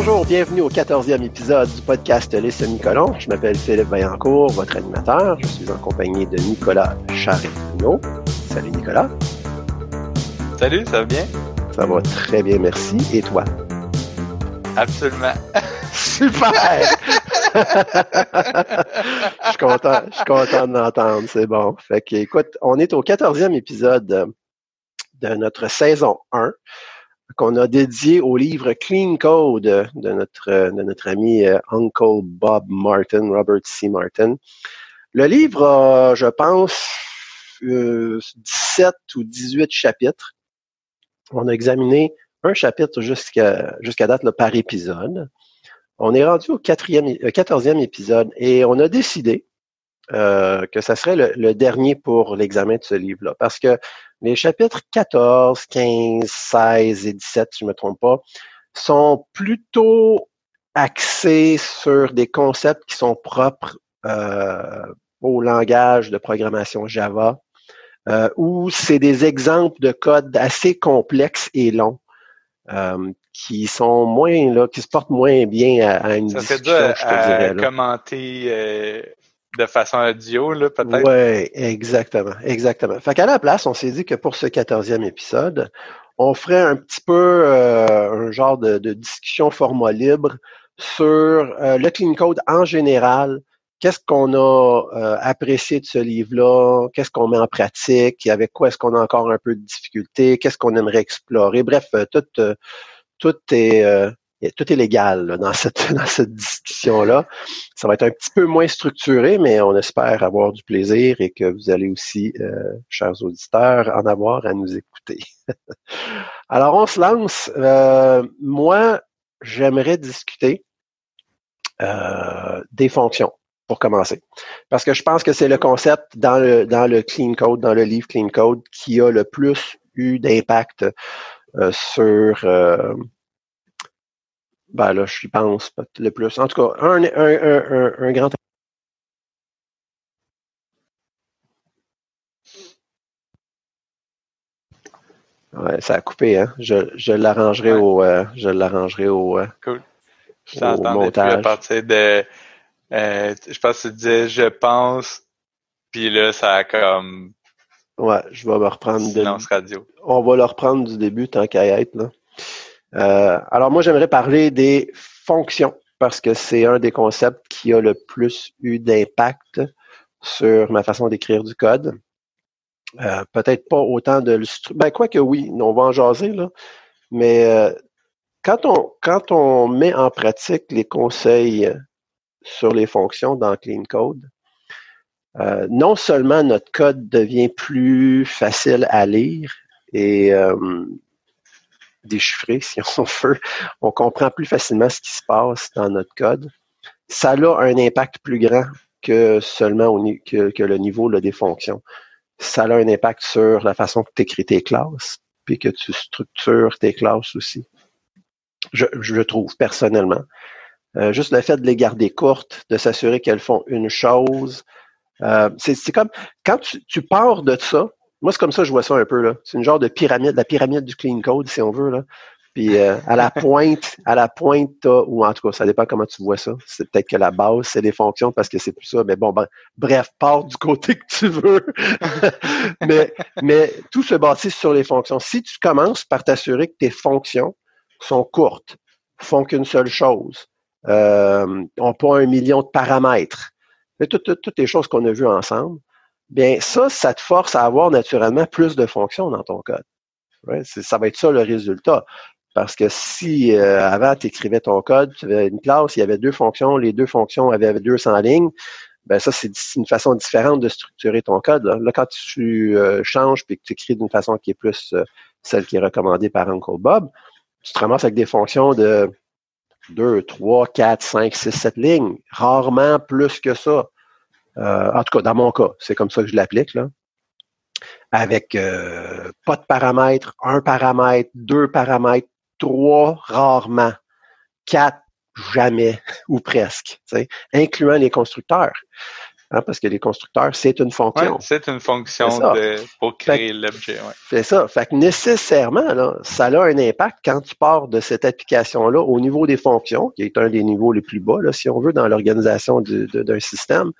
Bonjour, bienvenue au 14e épisode du podcast Les Semi-Colons. Je m'appelle Philippe Vaillancourt, votre animateur. Je suis en compagnie de Nicolas Charest-Pinault. Salut Nicolas. Salut, ça va bien? Ça va très bien, merci. Et toi? Absolument. Super! Je suis content de l'entendre, c'est bon. Fait que, écoute, on est au 14e épisode de notre saison 1 qu'on a dédié au livre Clean Code de notre ami Uncle Bob Martin, Robert C. Martin. Le livre a, je pense, 17 ou 18 chapitres. On a examiné un chapitre jusqu'à date là, par épisode. On est rendu au 14e épisode et on a décidé que ça serait le dernier pour l'examen de ce livre-là. Parce que les chapitres 14, 15, 16 et 17, si je ne me trompe pas, sont plutôt axés sur des concepts qui sont propres au langage de programmation Java, où c'est des exemples de code assez complexes et longs. Qui sont moins là, qui se portent moins bien à une discussion, je te dirais. Là. Commenter de façon audio, là, peut-être? Oui, exactement. Fait qu'à la place, on s'est dit que pour ce 14e épisode, on ferait un petit peu un genre de discussion format libre sur le clean code en général. Qu'est-ce qu'on a apprécié de ce livre-là? Qu'est-ce qu'on met en pratique? Avec quoi est-ce qu'on a encore un peu de difficulté? Qu'est-ce qu'on aimerait explorer? Bref, tout est légal là, dans cette discussion-là. Ça va être un petit peu moins structuré, mais on espère avoir du plaisir et que vous allez aussi, chers auditeurs, en avoir à nous écouter. Alors, on se lance. Moi, j'aimerais discuter des fonctions pour commencer. Parce que je pense que c'est le concept dans le Clean Code, dans le livre Clean Code, qui a le plus eu d'impact sur ben là, je pense le plus. En tout cas, un grand. Ouais, ça a coupé, hein. Je l'arrangerai au Cool. Je au t'entendais plus à montage. partir de je pense que tu disais je pense, puis là, ça a comme Ouais, je vais me reprendre silence radio. on va le reprendre du début tant qu'à y être, là. Alors moi, j'aimerais parler des fonctions parce que c'est un des concepts qui a le plus eu d'impact sur ma façon d'écrire du code. Peut-être pas autant de ben quoi que oui, on va en jaser là, mais quand on met en pratique les conseils sur les fonctions dans Clean Code, non seulement notre code devient plus facile à lire et déchiffrer, si on veut, on comprend plus facilement ce qui se passe dans notre code. Ça a un impact plus grand que seulement que le niveau là, des fonctions. Ça a un impact sur la façon que tu écris tes classes, puis que tu structures tes classes aussi. Je trouve, personnellement. Juste le fait de les garder courtes, de s'assurer qu'elles font une chose. C'est comme, quand tu pars de ça, moi, c'est comme ça que je vois ça un peu, là. C'est une genre de pyramide, la pyramide du clean code, si on veut, là. Puis à la pointe, ou en tout cas, ça dépend comment tu vois ça. C'est peut-être que la base, c'est des fonctions parce que c'est plus ça. Mais bon, bref, pars du côté que tu veux. mais tout se bâtit sur les fonctions. Si tu commences par t'assurer que tes fonctions sont courtes, font qu'une seule chose, ont pas 1 million de paramètres, toutes les choses qu'on a vues ensemble, bien ça te force à avoir naturellement plus de fonctions dans ton code. Ouais, ça va être ça le résultat. Parce que si avant tu écrivais ton code, tu avais une classe, il y avait 2 fonctions, les 2 fonctions avaient 200 lignes, ben ça c'est une façon différente de structurer ton code. Là quand tu changes puis que tu écris d'une façon qui est plus celle qui est recommandée par Uncle Bob, tu te ramasses avec des fonctions de 2, 3, 4, 5, 6, 7 lignes, rarement plus que ça. En tout cas, dans mon cas, c'est comme ça que je l'applique, là. Avec pas de paramètres, 1 paramètre, 2 paramètres, 3 rarement, 4 jamais ou presque, incluant les constructeurs. hein, parce que les constructeurs, c'est une fonction. Ouais, c'est une fonction pour créer l'objet. Ouais. C'est ça. Fait que nécessairement, là, ça a un impact quand tu pars de cette application-là au niveau des fonctions, qui est un des niveaux les plus bas, là, si on veut, dans l'organisation d'un système.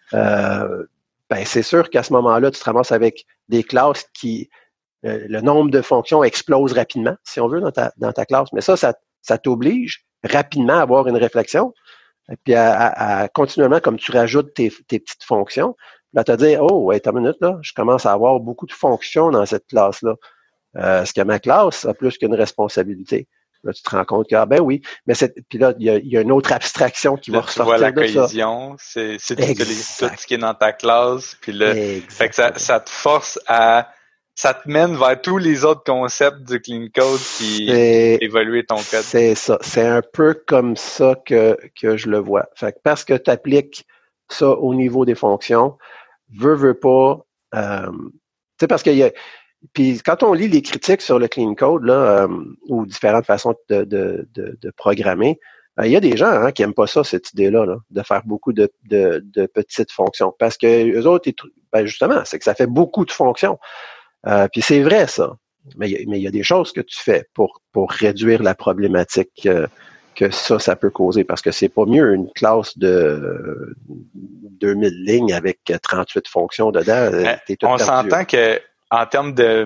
Ben, c'est sûr qu'à ce moment-là, tu te ramasses avec des classes qui, le nombre de fonctions explose rapidement, si on veut, dans ta classe. Mais ça t'oblige rapidement à avoir une réflexion, et puis à continuellement, comme tu rajoutes tes petites fonctions, là, te dire, oh, ouais, attends une minute, là, je commence à avoir beaucoup de fonctions dans cette classe-là. Est-ce que ma classe a plus qu'une responsabilité? Là, tu te rends compte que, ah ben oui, mais puis là, il y a une autre abstraction qui va ressortir de ça. Tu vois la cohésion, c'est tu utilises tout ce qui est dans ta classe, puis là, fait que ça te force ça te mène vers tous les autres concepts du clean code qui évoluent ton code. C'est ça. C'est un peu comme ça que je le vois. Fait que parce que tu appliques ça au niveau des fonctions, veux pas, tu sais, parce qu'il y a, puis quand on lit les critiques sur le clean code, là, ou différentes façons de programmer, il y a des gens qui aiment pas ça, cette idée-là, là, de faire beaucoup de petites fonctions. Parce que eux autres, ben justement, c'est que ça fait beaucoup de fonctions. Puis c'est vrai, ça. Mais il y a des choses que tu fais pour réduire la problématique que ça peut causer. Parce que c'est pas mieux une classe de 2000 lignes avec 38 fonctions dedans. On s'entend que en termes de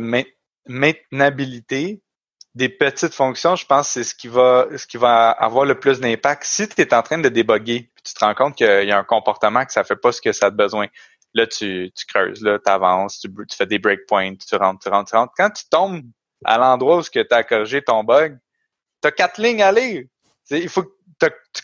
maintenabilité, des petites fonctions, je pense que c'est ce qui va avoir le plus d'impact. Si tu es en train de débugger, puis tu te rends compte qu'il y a un comportement que ça fait pas ce que ça a besoin. Là, tu creuses, là, tu avances, tu fais des breakpoints, tu rentres. Quand tu tombes à l'endroit où tu as corrigé ton bug, tu as 4 lignes à lire. Il faut que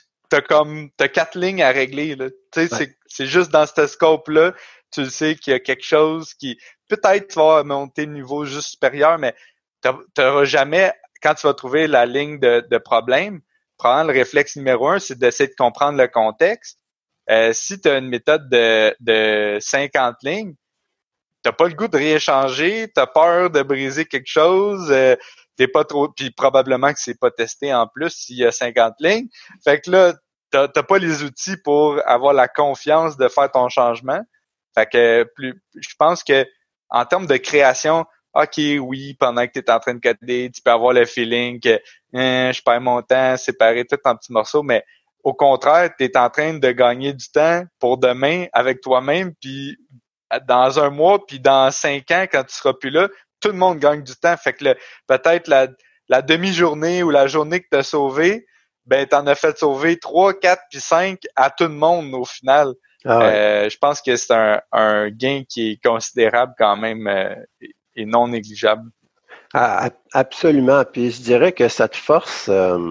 t'as 4 lignes à régler. Là. Ouais. C'est juste dans ce scope-là, tu le sais qu'il y a quelque chose qui... Peut-être tu vas monter le niveau juste supérieur, mais tu n'auras jamais, quand tu vas trouver la ligne de problème, probablement le réflexe numéro 1, c'est d'essayer de comprendre le contexte. Si tu as une méthode de 50 lignes, t'as pas le goût de rééchanger, t'as peur de briser quelque chose, t'es pas trop, puis probablement que c'est pas testé en plus s'il y a 50 lignes. Fait que là, t'as pas les outils pour avoir la confiance de faire ton changement. Fait que je pense que en termes de création, OK, oui, pendant que tu es en train de coder, tu peux avoir le feeling que je perds mon temps, séparer tout en petits morceaux, mais au contraire, tu es en train de gagner du temps pour demain avec toi-même, puis dans un mois, puis dans 5 ans, quand tu seras plus là, tout le monde gagne du temps. Fait que peut-être la demi-journée ou la journée que tu as sauvée, ben t'en as fait sauver 3, 4, puis 5 à tout le monde au final. Ah ouais. Je pense que c'est un gain qui est considérable quand même et non négligeable. Ah, absolument. Puis je dirais que ça te force,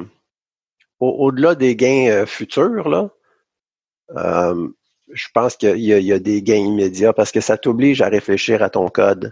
au-delà des gains futurs, là, je pense qu'il y a des gains immédiats parce que ça t'oblige à réfléchir à ton code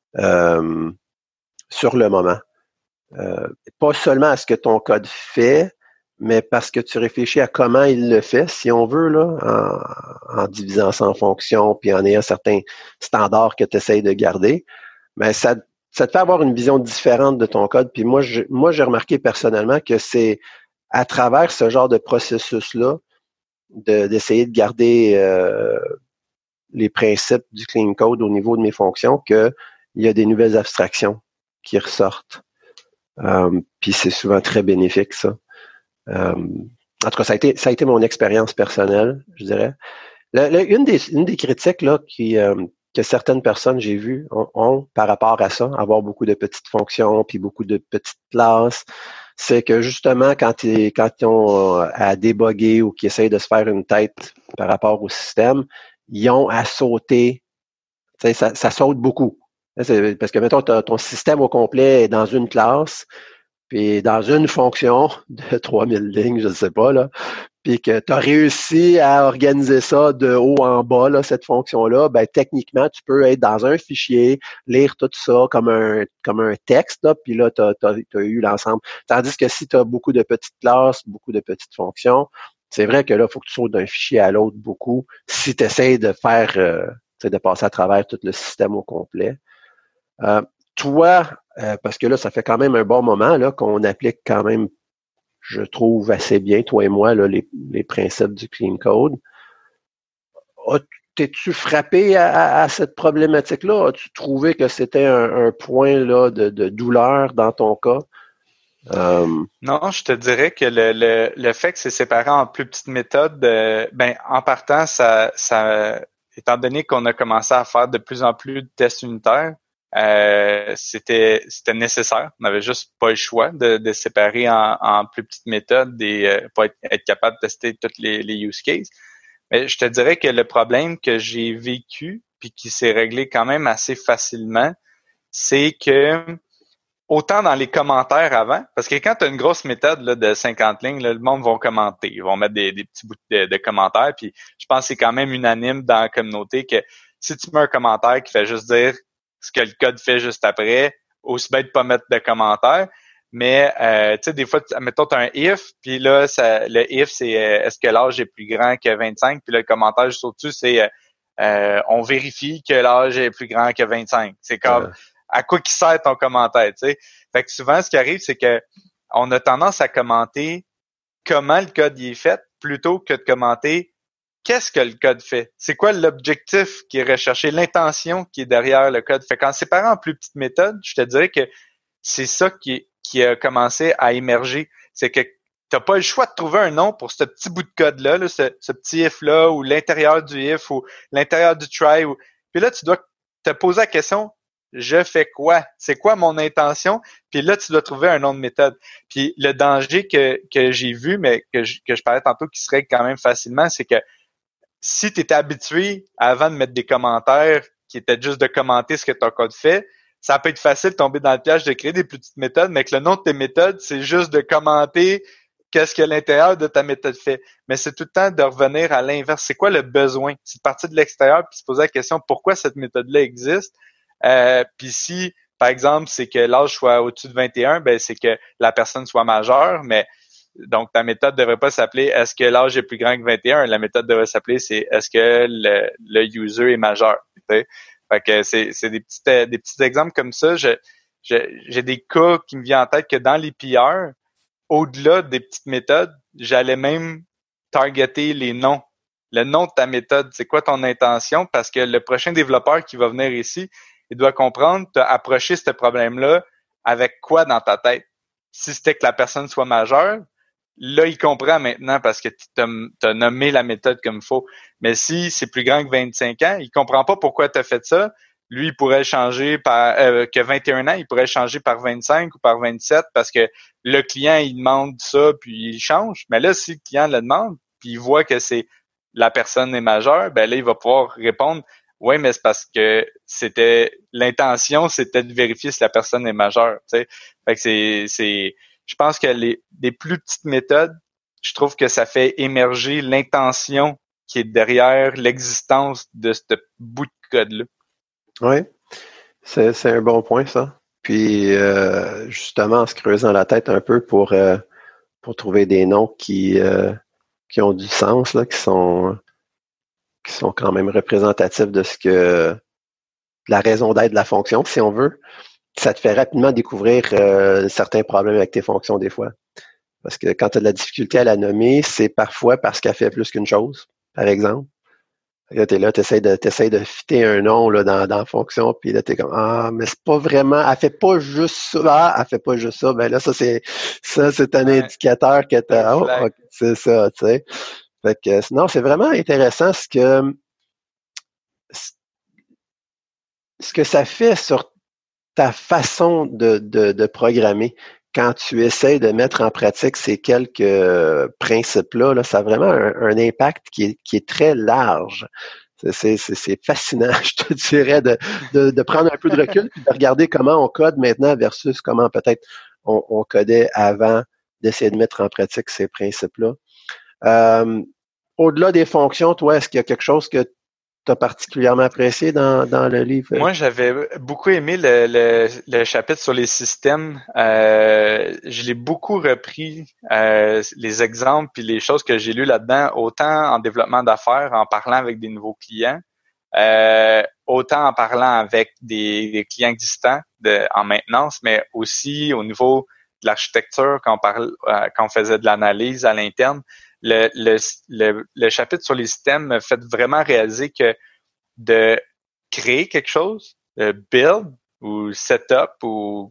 sur le moment. Pas seulement à ce que ton code fait, mais parce que tu réfléchis à comment il le fait, si on veut, là, en divisant ça en fonctions, puis en ayant certains standards que tu essayes de garder. Mais ça te fait avoir une vision différente de ton code. Puis moi, j'ai remarqué personnellement que c'est à travers ce genre de processus-là, d'essayer de garder les principes du clean code au niveau de mes fonctions, qu'il y a des nouvelles abstractions qui ressortent. Puis c'est souvent très bénéfique, ça. En tout cas, ça a été mon expérience personnelle, je dirais. Une des critiques là que certaines personnes, j'ai vues, ont par rapport à ça, avoir beaucoup de petites fonctions puis beaucoup de petites classes, c'est que justement, quand ils ont à déboguer ou qu'ils essayent de se faire une tête par rapport au système, ils ont à sauter. Ça saute beaucoup. Parce que, mettons, ton système au complet est dans une classe, puis dans une fonction de 3000 lignes, je ne sais pas, là, puis que tu as réussi à organiser ça de haut en bas, là, cette fonction-là, ben techniquement, tu peux être dans un fichier, lire tout ça comme un texte, là, puis là, tu as eu l'ensemble. Tandis que si tu as beaucoup de petites classes, beaucoup de petites fonctions, c'est vrai que là, il faut que tu sautes d'un fichier à l'autre beaucoup si tu essaies de faire, de passer à travers tout le système au complet. Toi, parce que là, ça fait quand même un bon moment là qu'on applique quand même, je trouve assez bien, toi et moi, là, les principes du clean code. t'es-tu frappé à cette problématique-là? As-tu trouvé que c'était un point là de douleur dans ton cas? Non, je te dirais que le fait que c'est séparé en plus petites méthodes, en partant, étant donné qu'on a commencé à faire de plus en plus de tests unitaires, c'était nécessaire. On n'avait juste pas le choix de séparer en plus petites méthodes et pour être capable de tester toutes les use cases. Mais je te dirais que le problème que j'ai vécu puis qui s'est réglé quand même assez facilement, c'est que autant dans les commentaires avant, parce que quand tu as une grosse méthode là, de 50 lignes, là, le monde va commenter. Ils vont mettre des petits bouts de commentaires. Puis je pense que c'est quand même unanime dans la communauté que si tu mets un commentaire qui fait juste dire ce que le code fait juste après, aussi bien de pas mettre de commentaires. Mais tu sais, des fois, mettons, tu as un if, puis là, le if, c'est est-ce que l'âge est plus grand que 25? Puis là, le commentaire juste au-dessus, c'est on vérifie que l'âge est plus grand que 25. C'est comme à quoi qui sert ton commentaire, tu sais. Fait que souvent, ce qui arrive, c'est que on a tendance à commenter comment le code y est fait plutôt que de commenter qu'est-ce que le code fait. C'est quoi l'objectif qui est recherché, l'intention qui est derrière le code. Fait qu'en séparant en plus petites méthodes, je te dirais que c'est ça qui a commencé à émerger. C'est que t'as pas le choix de trouver un nom pour ce petit bout de code-là, là, ce petit if-là, ou l'intérieur du if, ou l'intérieur du try. Puis là, tu dois te poser la question, je fais quoi? C'est quoi mon intention? Puis là, tu dois trouver un nom de méthode. Puis le danger que j'ai vu, mais que je parlais tantôt qui serait quand même facilement, c'est que si tu étais habitué avant de mettre des commentaires qui étaient juste de commenter ce que ton code fait, ça peut être facile de tomber dans le piège de créer des petites méthodes, mais que le nom de tes méthodes, c'est juste de commenter qu'est-ce que l'intérieur de ta méthode fait. Mais c'est tout le temps de revenir à l'inverse. C'est quoi le besoin? C'est de partir de l'extérieur puis se poser la question pourquoi cette méthode-là existe. Puis si, par exemple, c'est que l'âge soit au-dessus de 21, ben c'est que la personne soit majeure, mais donc ta méthode devrait pas s'appeler est-ce que l'âge est plus grand que 21? La méthode devrait s'appeler c'est est-ce que le user est majeur? T'sais? Fait que c'est des petits exemples comme ça. J'ai des cas qui me viennent en tête que dans les PR, au-delà des petites méthodes, j'allais même targeter les noms. Le nom de ta méthode, c'est quoi ton intention? Parce que le prochain développeur qui va venir ici, il doit comprendre, tu as approché ce problème-là avec quoi dans ta tête? Si c'était que la personne soit majeure, là, il comprend maintenant parce que tu as nommé la méthode comme il faut. Mais si c'est plus grand que 25 ans, il comprend pas pourquoi tu as fait ça. Lui, il pourrait changer par que 21 ans, il pourrait changer par 25 ou par 27 parce que le client, il demande ça, puis il change. Mais là, si le client le demande, puis il voit que c'est la personne est majeure, ben là, il va pouvoir répondre oui, mais c'est parce que l'intention, c'était de vérifier si la personne est majeure. T'sais. Fait que je pense que des plus petites méthodes, je trouve que ça fait émerger l'intention qui est derrière l'existence de ce bout de code-là. Oui, c'est un bon point, ça. Puis, justement, en se creusant la tête un peu pour trouver des noms qui ont du sens, là, qui sont quand même représentatifs de la raison d'être de la fonction, si on veut, ça te fait rapidement découvrir certains problèmes avec tes fonctions des fois. Parce que quand tu as de la difficulté à la nommer, c'est parfois parce qu'elle fait plus qu'une chose, par exemple. Là, t'es là, t'essayes de fitter un nom là, dans la fonction, puis là, t'es comme ah, mais c'est pas vraiment, elle fait pas juste ça, elle fait pas juste ça. Ben là, ça, c'est un indicateur que t'as. Oh, okay, c'est ça, tu sais. Fait que non, c'est vraiment intéressant ce que ça fait sur ta façon de programmer. Quand tu essaies de mettre en pratique ces quelques principes-là, là, ça a vraiment un impact qui est très large. C'est fascinant, je te dirais, de prendre un peu de recul et de regarder comment on code maintenant versus comment peut-être on codait avant d'essayer de mettre en pratique ces principes-là. Au-delà des fonctions, toi, est-ce qu'il y a quelque chose que tu as particulièrement apprécié dans le livre? Moi, j'avais beaucoup aimé le chapitre sur les systèmes. Je l'ai beaucoup repris, les exemples puis les choses que j'ai lues là-dedans, autant en développement d'affaires, en parlant avec des nouveaux clients, autant en parlant avec des clients existants en maintenance, mais aussi au niveau l'architecture, quand on faisait de l'analyse à l'interne, le chapitre sur les systèmes me fait vraiment réaliser que de créer quelque chose, build ou setup ou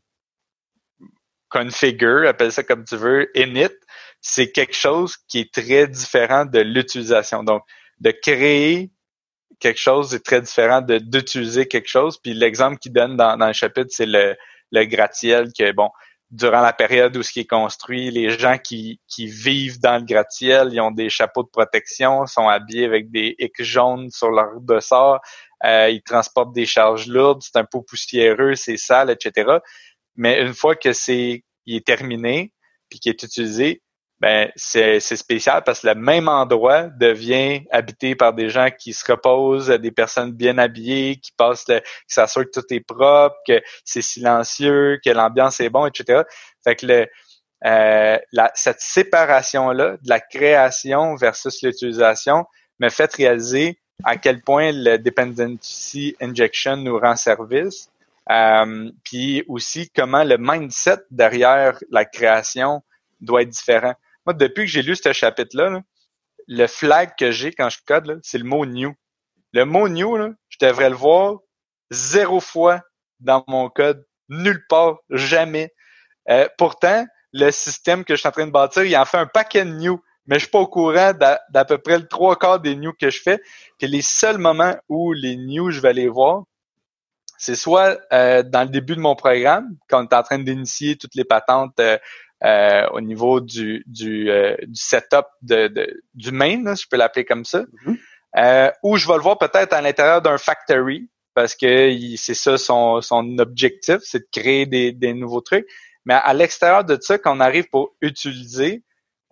configure, appelle ça comme tu veux, init, c'est quelque chose qui est très différent de l'utilisation. Donc, de créer quelque chose est très différent d'utiliser quelque chose. Puis l'exemple qu'il donne dans le chapitre, c'est le gratte-ciel que, bon, durant la période où ce qui est construit, les gens qui vivent dans le gratte-ciel, ils ont des chapeaux de protection, sont habillés avec des X jaunes sur leur dossard, ils transportent des charges lourdes, c'est un peu poussiéreux, c'est sale, etc. Mais une fois que il est terminé puis qu'il est utilisé, ben c'est spécial parce que le même endroit devient habité par des gens qui se reposent, des personnes bien habillées, qui s'assurent que tout est propre, que c'est silencieux, que l'ambiance est bon, etc. Fait que cette séparation-là de la création versus l'utilisation me fait réaliser à quel point le dependency injection nous rend service. Puis aussi comment le mindset derrière la création doit être différent. Moi, depuis que j'ai lu ce chapitre-là, là, le flag que j'ai quand je code, là, c'est le mot new. Le mot new, là, je devrais le voir 0 fois dans mon code, nulle part, jamais. Pourtant, le système que je suis en train de bâtir, il en fait un paquet de new, mais je suis pas au courant d'à peu près le 3/4 des new que je fais. Que les seuls moments où les new, je vais les voir, c'est soit dans le début de mon programme, quand on est en train d'initier toutes les patentes au niveau du setup du main, là, si je peux l'appeler comme ça. Ou je vais le voir peut-être à l'intérieur d'un factory, parce que c'est ça son objectif, c'est de créer des nouveaux trucs. Mais à l'extérieur de ça, quand on arrive pour utiliser,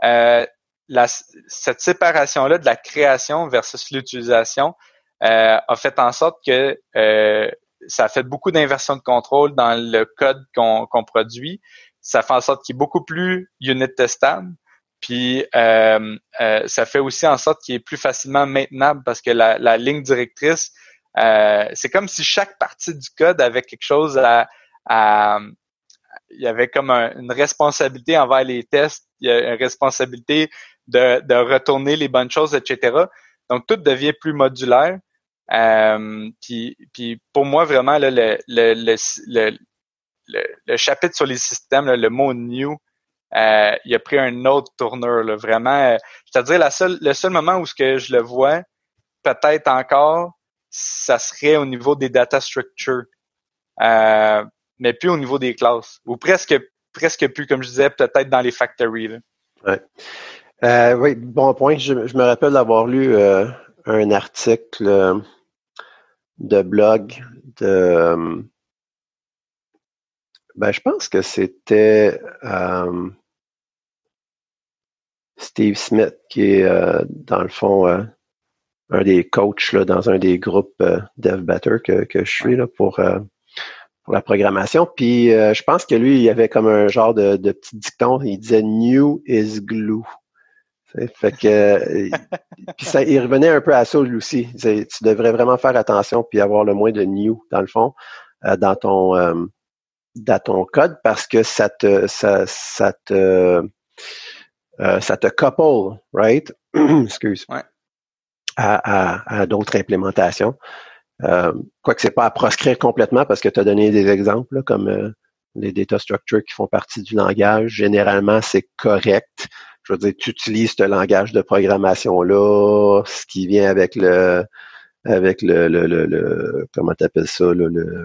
cette séparation-là de la création versus l'utilisation a fait en sorte que ça a fait beaucoup d'inversions de contrôle dans le code qu'on produit. Ça fait en sorte qu'il est beaucoup plus unit testable. Puis ça fait aussi en sorte qu'il est plus facilement maintenable parce que la ligne directrice, c'est comme si chaque partie du code avait quelque chose il y avait comme une responsabilité envers les tests, il y a une responsabilité de retourner les bonnes choses, etc. Donc tout devient plus modulaire. Puis pour moi vraiment là, le chapitre sur les systèmes, là, le mot new, il a pris un autre tournure. Là, vraiment, c'est-à-dire le seul moment où ce que je le vois, peut-être encore, ça serait au niveau des data structures, mais plus au niveau des classes, ou presque plus, comme je disais, peut-être dans les factories. Là. Ouais. Oui, bon point. Je me rappelle d'avoir lu un article de blog de je pense que c'était Steve Smith qui est dans le fond un des coachs là, dans un des groupes DevBetter que je suis là pour la programmation. Puis je pense que lui, il y avait comme un genre de petit dicton, il disait New is glue. Fait que puis ça, il revenait un peu à ça lui aussi. Tu devrais vraiment faire attention puis avoir le moins de new dans le fond dans ton code parce que ça te couple, right? Excuse. Ouais. À d'autres implémentations. Quoique c'est pas à proscrire complètement parce que tu as donné des exemples là, comme les data structures qui font partie du langage. Généralement, c'est correct. Je veux dire, tu utilises ce langage de programmation-là, ce qui vient avec le comment t'appelles ça, là,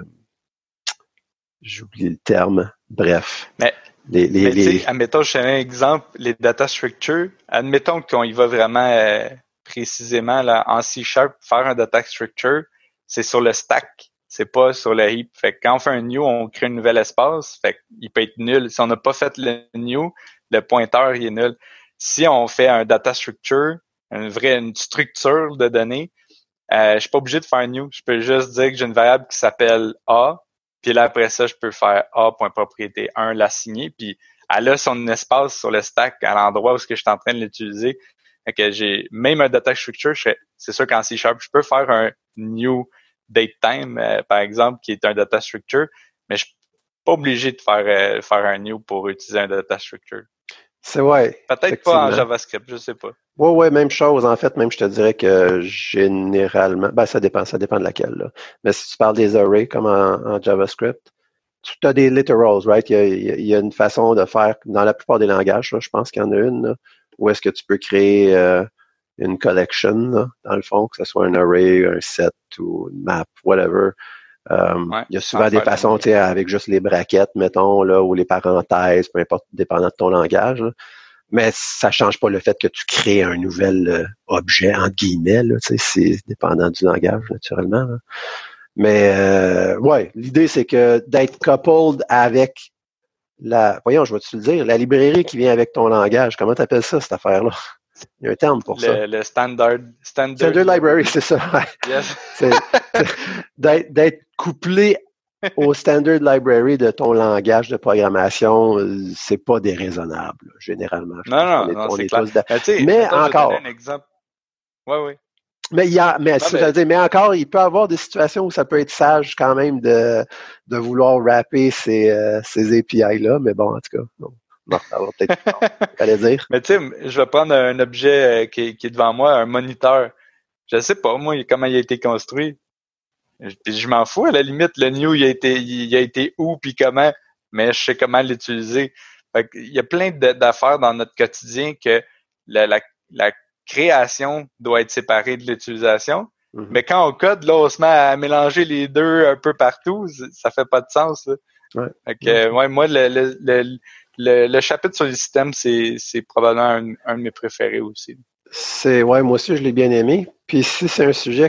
j'oublie le terme. Bref. Mais admettons, je fais un exemple, les data structures, admettons qu'on y va vraiment précisément là, en C#, faire un data structure, c'est sur le stack, c'est pas sur le heap. Fait que quand on fait un new, on crée un nouvel espace, fait qu'il peut être nul. Si on n'a pas fait le new, le pointeur il est nul. Si on fait un data structure, une structure de données, je suis pas obligé de faire un new. Je peux juste dire que j'ai une variable qui s'appelle A, puis là après ça, je peux faire A.propriété 1, l'assigner, puis elle a son espace sur le stack à l'endroit où je suis en train de l'utiliser. Fait que j'ai même un data structure, c'est sûr qu'en C#, je peux faire un new datetime, par exemple, qui est un data structure, mais pas obligé de faire un new pour utiliser un data structure. C'est ouais. Peut-être pas en JavaScript, je sais pas. Ouais, même chose. En fait, même je te dirais que généralement, ça dépend de laquelle, là. Mais si tu parles des arrays comme en JavaScript, tu as des literals, right? Il y a une façon de faire, dans la plupart des langages, là, je pense qu'il y en a une, là, où est-ce que tu peux créer une collection, là, dans le fond, que ce soit un array, un set ou une map, whatever. Il y a souvent des façons, tu sais, avec juste les brackets, mettons, là, ou les parenthèses, peu importe, dépendant de ton langage, là. Mais ça change pas le fait que tu crées un nouvel objet, entre guillemets, là, tu sais, c'est dépendant du langage, naturellement, là. Mais ouais, l'idée, c'est que d'être coupled avec voyons, je vais te le dire, la librairie qui vient avec ton langage, comment t'appelles ça, cette affaire-là? Il y a un terme pour ça. Le standard library, c'est ça. Ouais. Yes. D'être couplé au standard library de ton langage de programmation, c'est pas déraisonnable, généralement. Non, c'est clair. Mais encore. Je vais donner un exemple. Oui. Mais encore, il peut y avoir des situations où ça peut être sage quand même de vouloir wrapper ces API-là, mais bon, en tout cas, non, ça va peut-être fallait dire. Mais tu sais, je vais prendre un objet qui est devant moi, un moniteur. Je sais pas, moi, comment il a été construit. Je m'en fous, à la limite, le new, il a été où puis comment, mais je sais comment l'utiliser. Fait il y a plein d'affaires dans notre quotidien que la création doit être séparée de l'utilisation. Mm-hmm. Mais quand on code, là, on se met à mélanger les deux un peu partout, ça fait pas de sens, là. Ouais. Fait que, ouais, moi, le chapitre sur les systèmes, c'est probablement un de mes préférés aussi. Ouais, moi aussi, je l'ai bien aimé. Puis si c'est un sujet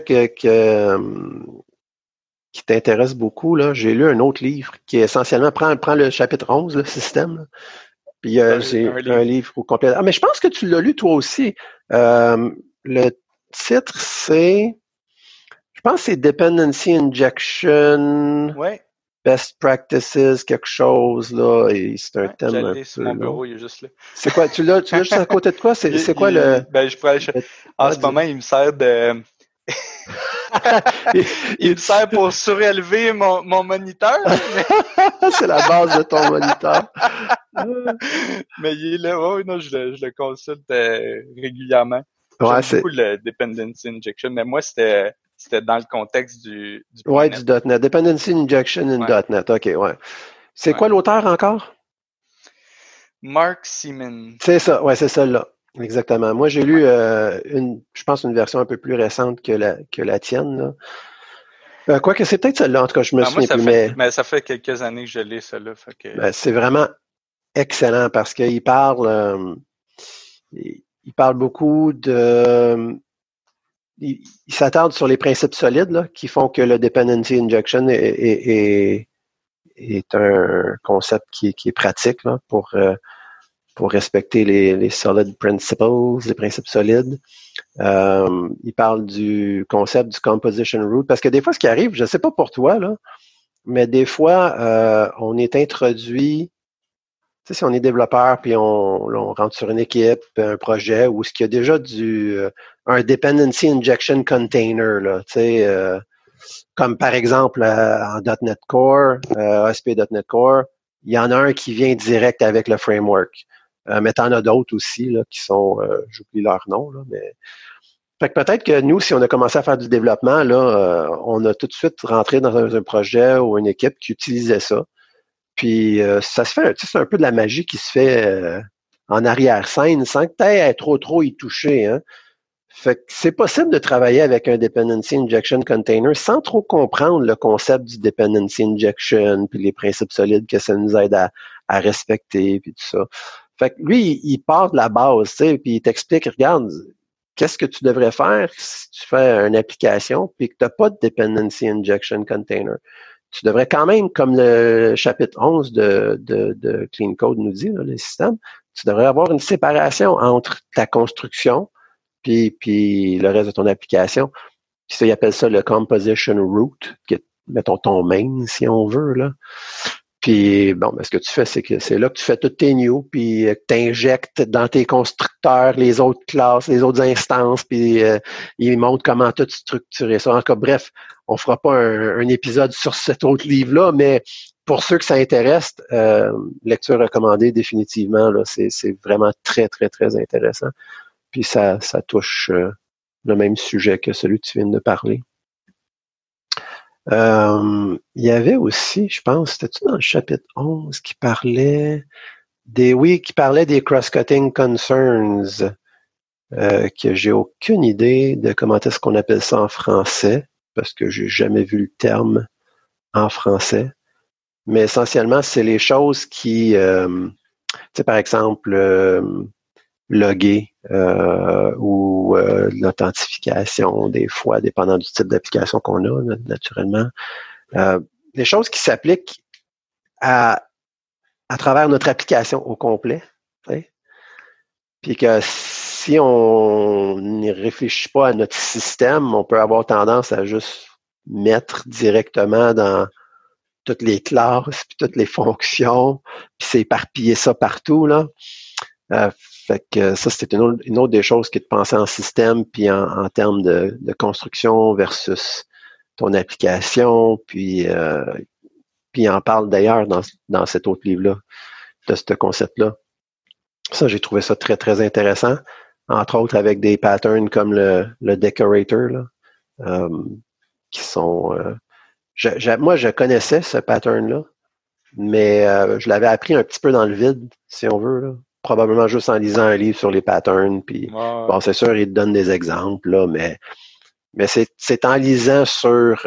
qui t'intéresse beaucoup, là, j'ai lu un autre livre qui est essentiellement, prend le chapitre 11, le système, là. Puis c'est un livre au complet. Ah, mais je pense que tu l'as lu toi aussi. Le titre, je pense que c'est Dependency Injection. Ouais. Best Practices, quelque chose, là, et c'est un thème un peu sur mon bureau, il est juste là. C'est quoi, tu l'as juste à côté de quoi? C'est quoi le... je pourrais aller... En ce moment, il me sert de... il me sert pour surélever mon moniteur. Mais... c'est la base de ton moniteur. Mais il est là, non, je le consulte régulièrement. Ouais, j'aime beaucoup le Dependency Injection, mais moi, c'était dans le contexte du ouais, .NET. Du .NET. Dependency Injection in .NET. OK, ouais. C'est quoi l'auteur encore? Mark Seaman. C'est ça, ouais, c'est celle-là. Exactement. Moi, j'ai lu je pense une version un peu plus récente que la tienne, là. Quoique c'est peut-être celle-là, en tout cas, je me souviens plus. Mais ça fait quelques années que je l'ai, celle-là. C'est vraiment excellent parce qu'il parle beaucoup de... Il s'attarde sur les principes solides là, qui font que le dependency injection est un concept qui est pratique là, pour respecter les solid principles, les principes solides. Il parle du concept du composition root parce que des fois, ce qui arrive, je ne sais pas pour toi, là, mais des fois, on est introduit. Tu sais, si on est développeur puis on rentre sur une équipe, un projet où il y a déjà un dependency injection container, là, tu sais, comme par exemple en .NET Core, ASP.NET Core, il y en a un qui vient direct avec le framework. Mais t'en as d'autres aussi là qui sont, j'oublie leur nom là, mais fait que peut-être que nous, si on a commencé à faire du développement là, on a tout de suite rentré dans un projet ou une équipe qui utilisait ça. Puis ça se fait, c'est un peu de la magie qui se fait en arrière-scène sans que tu aies à trop y toucher. Hein. Fait que c'est possible de travailler avec un dependency injection container sans trop comprendre le concept du dependency injection puis les principes solides que ça nous aide à respecter puis tout ça. Fait que lui, il part de la base, tu sais, puis il t'explique, regarde, qu'est-ce que tu devrais faire si tu fais une application puis que tu n'as pas de dependency injection container. Tu devrais quand même, comme le chapitre 11 de Clean Code nous dit, là, le système, tu devrais avoir une séparation entre ta construction puis le reste de ton application. Puis ça, ils appellent ça le composition root, qui est, mettons, ton main, si on veut, là. Puis, bon, ce que tu fais, c'est que c'est là que tu fais tous tes new, puis que tu injectes dans tes constructeurs les autres classes, les autres instances, puis ils montrent comment tout structurer ça. En tout cas, bref, on fera pas un épisode sur cet autre livre-là, mais pour ceux que ça intéresse, lecture recommandée définitivement. Là, c'est vraiment très, très, très intéressant. Puis ça touche le même sujet que celui que tu viens de parler. Il y avait aussi, je pense, c'était-tu dans le chapitre 11 qui parlait des cross-cutting concerns, que j'ai aucune idée de comment est-ce qu'on appelle ça en français, parce que j'ai jamais vu le terme en français. Mais essentiellement, c'est les choses qui, tu sais, par exemple, loguer ou l'authentification, des fois, dépendant du type d'application qu'on a, naturellement. Des choses qui s'appliquent à travers notre application au complet. T'sais. Puis que si on n'y réfléchit pas à notre système, on peut avoir tendance à juste mettre directement dans toutes les classes, puis toutes les fonctions, puis s'éparpiller ça partout, là. Fait que ça, c'était une autre des choses qui est de penser en système, puis en termes de construction versus ton application, puis il en parle d'ailleurs dans cet autre livre-là, de ce concept-là. Ça, j'ai trouvé ça très, très intéressant, entre autres avec des patterns comme le decorator, là, qui sont... moi, je connaissais ce pattern-là, mais je l'avais appris un petit peu dans le vide, si on veut, là. Probablement juste en lisant un livre sur les patterns, puis bon, c'est sûr, il te donne des exemples, là, mais c'est en lisant sur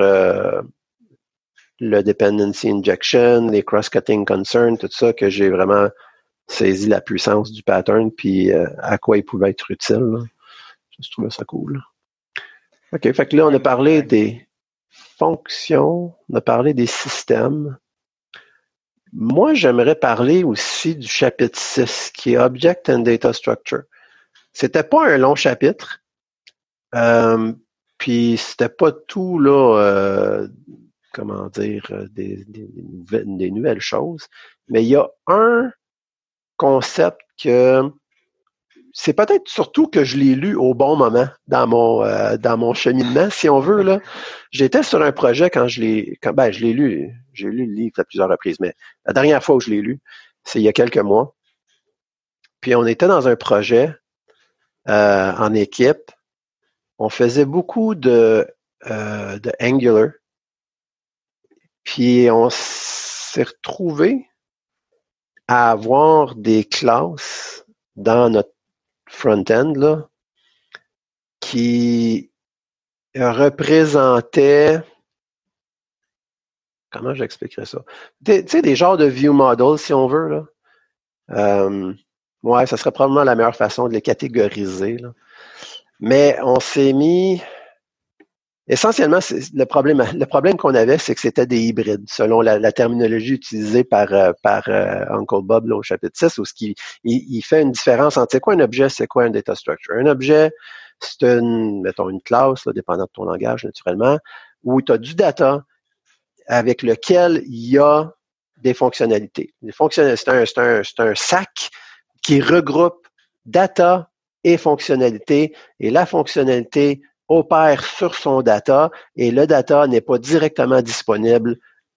le dependency injection, les cross-cutting concerns, tout ça, que j'ai vraiment saisi la puissance du pattern, puis à quoi il pouvait être utile, là. Je trouvais ça cool, là. OK, fait que là, on a parlé des fonctions, on a parlé des systèmes. Moi, j'aimerais parler aussi du chapitre 6, qui est Object and Data Structure. C'était pas un long chapitre, puis c'était pas tout, là, comment dire, des nouvelles choses, mais il y a un concept que c'est peut-être surtout que je l'ai lu au bon moment dans mon cheminement, si on veut, là. J'étais sur un projet quand je l'ai lu, j'ai lu le livre à plusieurs reprises, mais la dernière fois où je l'ai lu, c'est il y a quelques mois. Puis on était dans un projet en équipe. On faisait beaucoup de Angular. Puis on s'est retrouvé à avoir des classes dans notre front-end, là, qui représentaient, comment j'expliquerais ça? Tu sais, des genres de view models, si on veut, là. Ouais, ça serait probablement la meilleure façon de les catégoriser, là. Mais on s'est mis... Essentiellement, le problème qu'on avait, c'est que c'était des hybrides, selon la terminologie utilisée par Uncle Bob là, au chapitre 6, où il fait une différence entre c'est quoi un objet, c'est quoi un data structure. Un objet, c'est mettons une classe, là, dépendant de ton langage, naturellement, où tu as du data avec lequel il y a des fonctionnalités. C'est un sac qui regroupe data et fonctionnalités, et la fonctionnalité opère sur son data et le data n'est pas directement disponible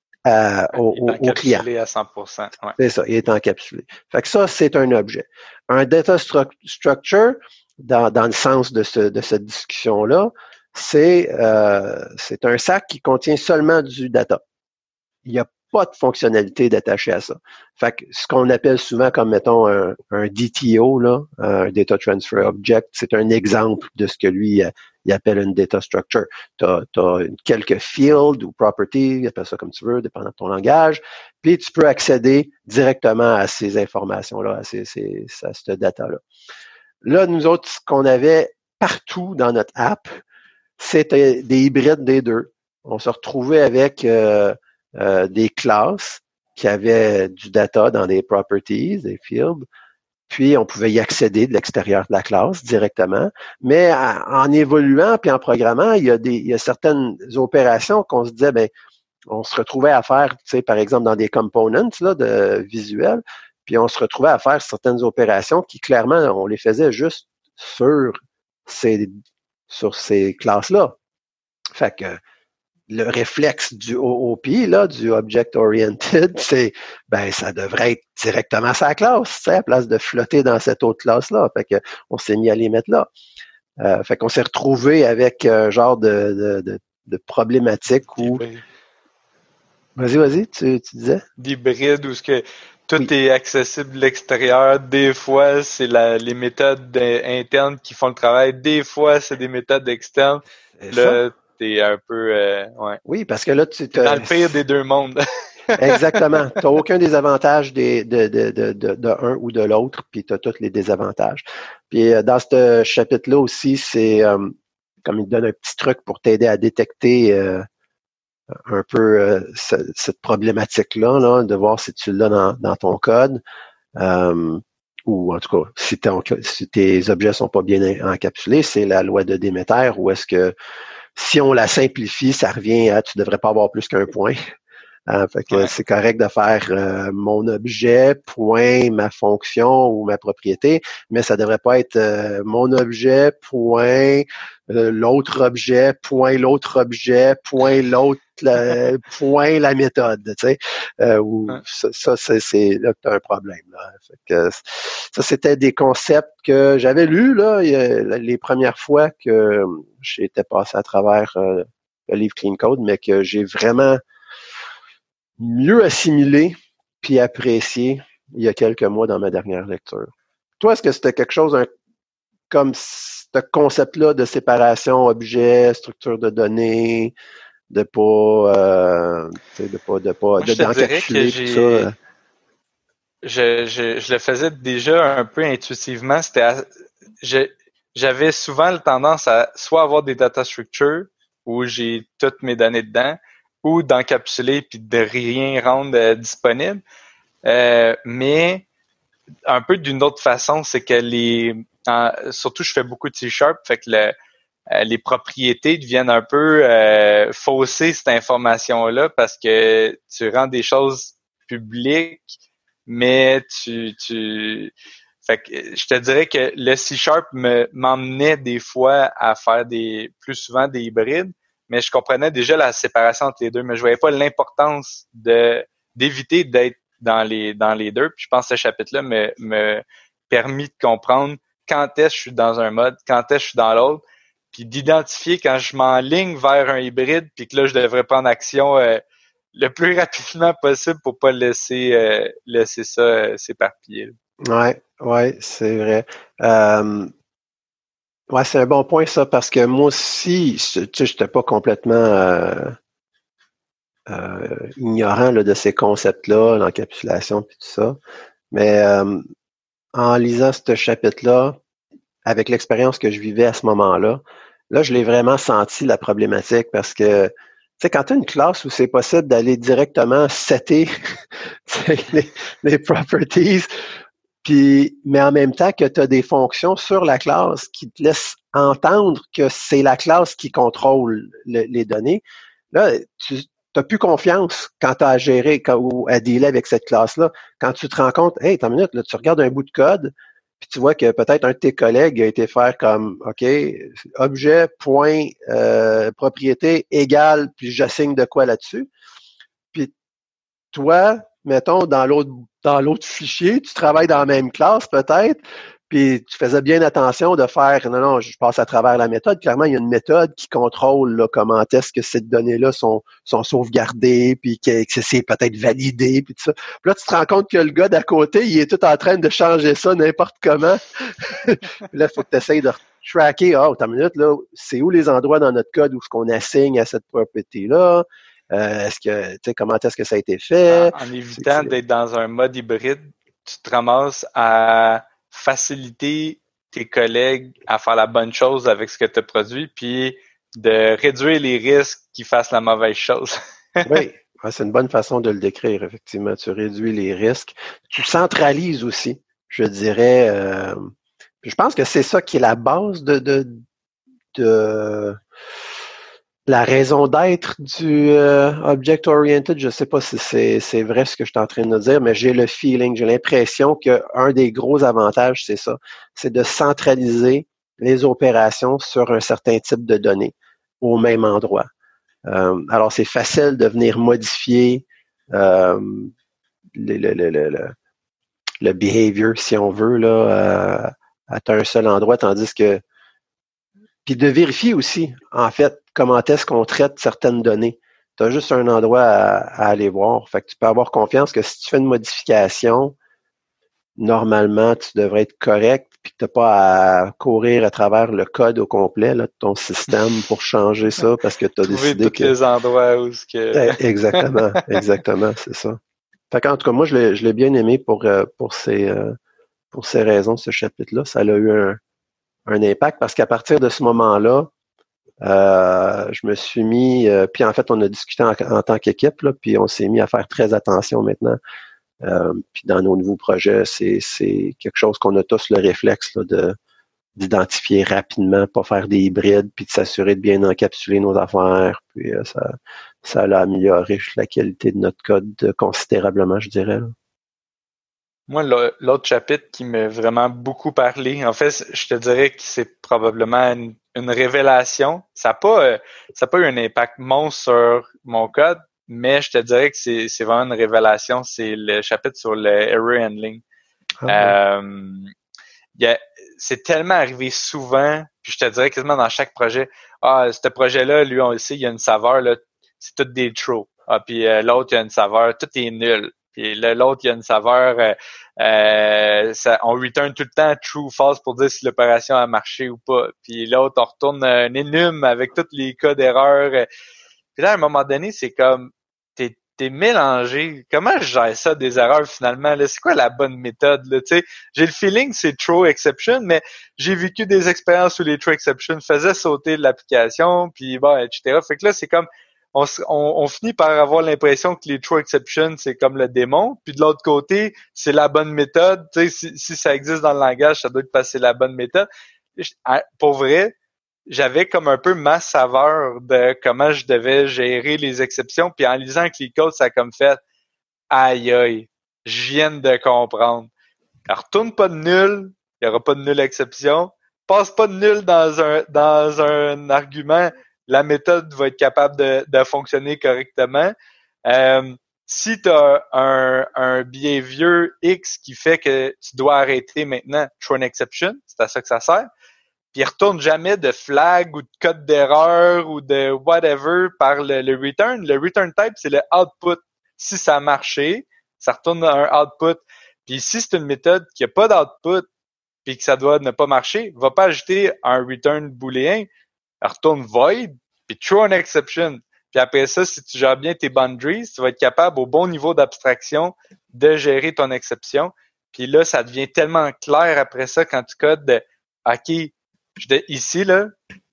au client. Encapsulé à 100%. Ouais. C'est ça, il est encapsulé. Fait que ça, c'est un objet. Un data structure, dans le sens de cette discussion-là, c'est un sac qui contient seulement du data. Il n'y a pas de fonctionnalité détachée à ça. Fait que ce qu'on appelle souvent comme, mettons, un DTO, là, un Data Transfer Object, c'est un exemple de ce que lui, il appelle une data structure. Tu as quelques fields ou properties, appelle ça comme tu veux, dépendant de ton langage, puis tu peux accéder directement à ces informations-là, à cette data-là. Là, nous autres, ce qu'on avait partout dans notre app, c'était des hybrides des deux. On se retrouvait avec des classes qui avaient du data dans des properties, des fields, puis on pouvait y accéder de l'extérieur de la classe directement. Mais en évoluant puis en programmant, il y a certaines opérations qu'on se disait, ben, on se retrouvait à faire, tu sais, par exemple, dans des components là, de visuels, puis on se retrouvait à faire certaines opérations qui, clairement, on les faisait juste sur ces classes-là. Fait que le réflexe du OOP, là, du Object Oriented, c'est, ça devrait être directement sa classe, tu sais, à place de flotter dans cette autre classe-là. Fait que, on s'est mis à les mettre là. Fait qu'on s'est retrouvé avec un genre de problématique où... Vas-y, tu disais? D'hybride où ce que tout Oui. est accessible de l'extérieur. Des fois, c'est les méthodes internes qui font le travail. Des fois, c'est des méthodes externes. Là, t'es un peu... ouais. Oui, parce que là, tu es dans le pire des deux mondes. Exactement. Tu n'as aucun des avantages de un ou de l'autre, puis tu as tous les désavantages. Puis dans ce chapitre-là aussi, c'est comme il te donne un petit truc pour t'aider à détecter un peu cette problématique-là, là, de voir si tu l'as dans ton code. Ou en tout cas, si tes objets sont pas bien encapsulés, c'est la loi de Déméter, où est-ce que si on la simplifie, ça revient à tu devrais pas avoir plus qu'un point. Fait que c'est correct de faire mon objet, point, ma fonction ou ma propriété, mais ça devrait pas être mon objet, point, l'autre objet, point, l'autre objet, point, l'autre, point, la méthode, tu sais. Ça c'est là que tu as un problème. Là. Fait que, ça, c'était des concepts que j'avais lus là, les premières fois que j'étais passé à travers le livre Clean Code, mais que j'ai vraiment mieux assimilé puis apprécié il y a quelques mois dans ma dernière lecture. Toi, est-ce que c'était quelque chose comme ce concept-là de séparation objet, structure de données, de pas d'encapsuler tout ça? Je le faisais déjà un peu intuitivement. J'avais souvent la tendance à soit avoir des data structures où j'ai toutes mes données dedans, ou d'encapsuler puis de rien rendre disponible. Mais un peu d'une autre façon, c'est que surtout je fais beaucoup de C#, fait que les propriétés deviennent un peu fausser cette information-là parce que tu rends des choses publiques, mais fait que je te dirais que le C# m'emmenait des fois à faire plus souvent des hybrides, mais je comprenais déjà la séparation entre les deux, mais je voyais pas l'importance d'éviter d'être dans les deux. Puis je pense que ce chapitre-là me permis de comprendre quand est-ce que je suis dans un mode, quand est-ce que je suis dans l'autre, puis d'identifier quand je m'enligne vers un hybride, puis que là, je devrais prendre action le plus rapidement possible pour pas laisser ça s'éparpiller. Ouais, c'est vrai. Ouais, c'est un bon point, ça, parce que moi aussi, tu sais, j'étais pas complètement ignorant là, de ces concepts-là, l'encapsulation et tout ça. Mais en lisant ce chapitre-là, avec l'expérience que je vivais à ce moment-là, là, je l'ai vraiment senti la problématique parce que, tu sais, quand tu as une classe où c'est possible d'aller directement setter les properties, mais en même temps que tu as des fonctions sur la classe qui te laissent entendre que c'est la classe qui contrôle les données, là, tu n'as plus confiance quand tu as à gérer ou à dealer avec cette classe-là. Quand tu te rends compte, hey, attends une minute, là, tu regardes un bout de code, puis tu vois que peut-être un de tes collègues a été faire comme, OK, objet, point, propriété égale, puis j'assigne de quoi là-dessus. Puis toi, mettons, dans l'autre fichier, tu travailles dans la même classe peut-être, puis tu faisais bien attention de faire, non, je passe à travers la méthode. Clairement, il y a une méthode qui contrôle là, comment est-ce que ces données-là sont sauvegardées, puis que c'est peut-être validé, puis tout ça. Puis là, tu te rends compte que le gars d'à côté, il est tout en train de changer ça n'importe comment. Puis là, il faut que tu essayes de tracker, t'as une minute, là, c'est où les endroits dans notre code où ce qu'on assigne à cette propriété-là? Comment est-ce que ça a été fait? En évitant d'être dans un mode hybride, tu te ramasses à faciliter tes collègues à faire la bonne chose avec ce que tu as produit, puis de réduire les risques qu'ils fassent la mauvaise chose. Oui, c'est une bonne façon de le décrire, effectivement. Tu réduis les risques. Tu centralises aussi, je dirais. Je pense que c'est ça qui est la base de la raison d'être du Object Oriented. Je sais pas si c'est vrai ce que je suis en train de dire, mais j'ai le feeling, j'ai l'impression qu'un des gros avantages, c'est ça. C'est de centraliser les opérations sur un certain type de données au même endroit. Alors, c'est facile de venir modifier le behavior, si on veut, là, à un seul endroit, tandis que puis de vérifier aussi, en fait, comment est-ce qu'on traite certaines données. Tu as juste un endroit à aller voir. Fait que tu peux avoir confiance que si tu fais une modification, normalement, tu devrais être correct, puis que tu n'as pas à courir à travers le code au complet là, de ton système pour changer ça parce que tu as Trouver décidé tous que. les endroits où ce que. Exactement, exactement, c'est ça. Fait qu'en tout cas, moi, je l'ai bien aimé pour ces raisons, ce chapitre-là. Ça a eu un impact parce qu'à partir de ce moment-là, je me suis mis, puis en fait, on a discuté en tant qu'équipe, là, puis on s'est mis à faire très attention maintenant. Puis dans nos nouveaux projets, c'est quelque chose qu'on a tous le réflexe là, d'identifier rapidement, pas faire des hybrides, puis de s'assurer de bien encapsuler nos affaires. Puis ça a amélioré la qualité de notre code considérablement, je dirais. Là. Moi, l'autre chapitre qui m'a vraiment beaucoup parlé, en fait, je te dirais que c'est probablement une révélation. Ça n'a pas eu un impact monstre sur mon code, mais je te dirais que c'est vraiment une révélation. C'est le chapitre sur le error handling. Ah, C'est tellement arrivé souvent, puis je te dirais quasiment dans chaque projet. Ah, ce projet-là, lui, on le sait, il y a une saveur, là, c'est tout des true. Ah, puis l'autre, il y a une saveur, tout est nul. Puis l'autre, il y a une saveur, on return tout le temps true ou false pour dire si l'opération a marché ou pas. Puis l'autre, on retourne un énum avec tous les cas d'erreur. Puis là, à un moment donné, c'est comme, t'es mélangé. Comment je gère ça, des erreurs, finalement? Là? C'est quoi la bonne méthode? Là? J'ai le feeling que c'est true exception, mais j'ai vécu des expériences où les true exception faisaient sauter l'application, puis bon, etc. Fait que là, c'est comme, on finit par avoir l'impression que les true exception, c'est comme le démon, puis de l'autre côté, c'est la bonne méthode. Si ça existe dans le langage, ça doit être passer la bonne méthode. Pour vrai, j'avais comme un peu ma saveur de comment je devais gérer les exceptions, puis en lisant avec les codes, ça a comme fait aïe aïe, je viens de comprendre. Alors, retourne pas de nul, il y aura pas de nulle exception. Passe pas de nul dans un argument, la méthode va être capable de fonctionner correctement. Si tu as un behavior X qui fait que tu dois arrêter maintenant, throw an exception, c'est à ça que ça sert. Puis il retourne jamais de flag ou de code d'erreur ou de whatever par le return. Le return type, c'est le output. Si ça a marché, ça retourne un output. Puis si c'est une méthode qui n'a pas d'output puis que ça doit ne pas marcher, va pas ajouter un return booléen, elle retourne void, puis throw an exception. Puis après ça, si tu gères bien tes boundaries, tu vas être capable au bon niveau d'abstraction de gérer ton exception. Puis là, ça devient tellement clair après ça quand tu codes de OK, ici, là,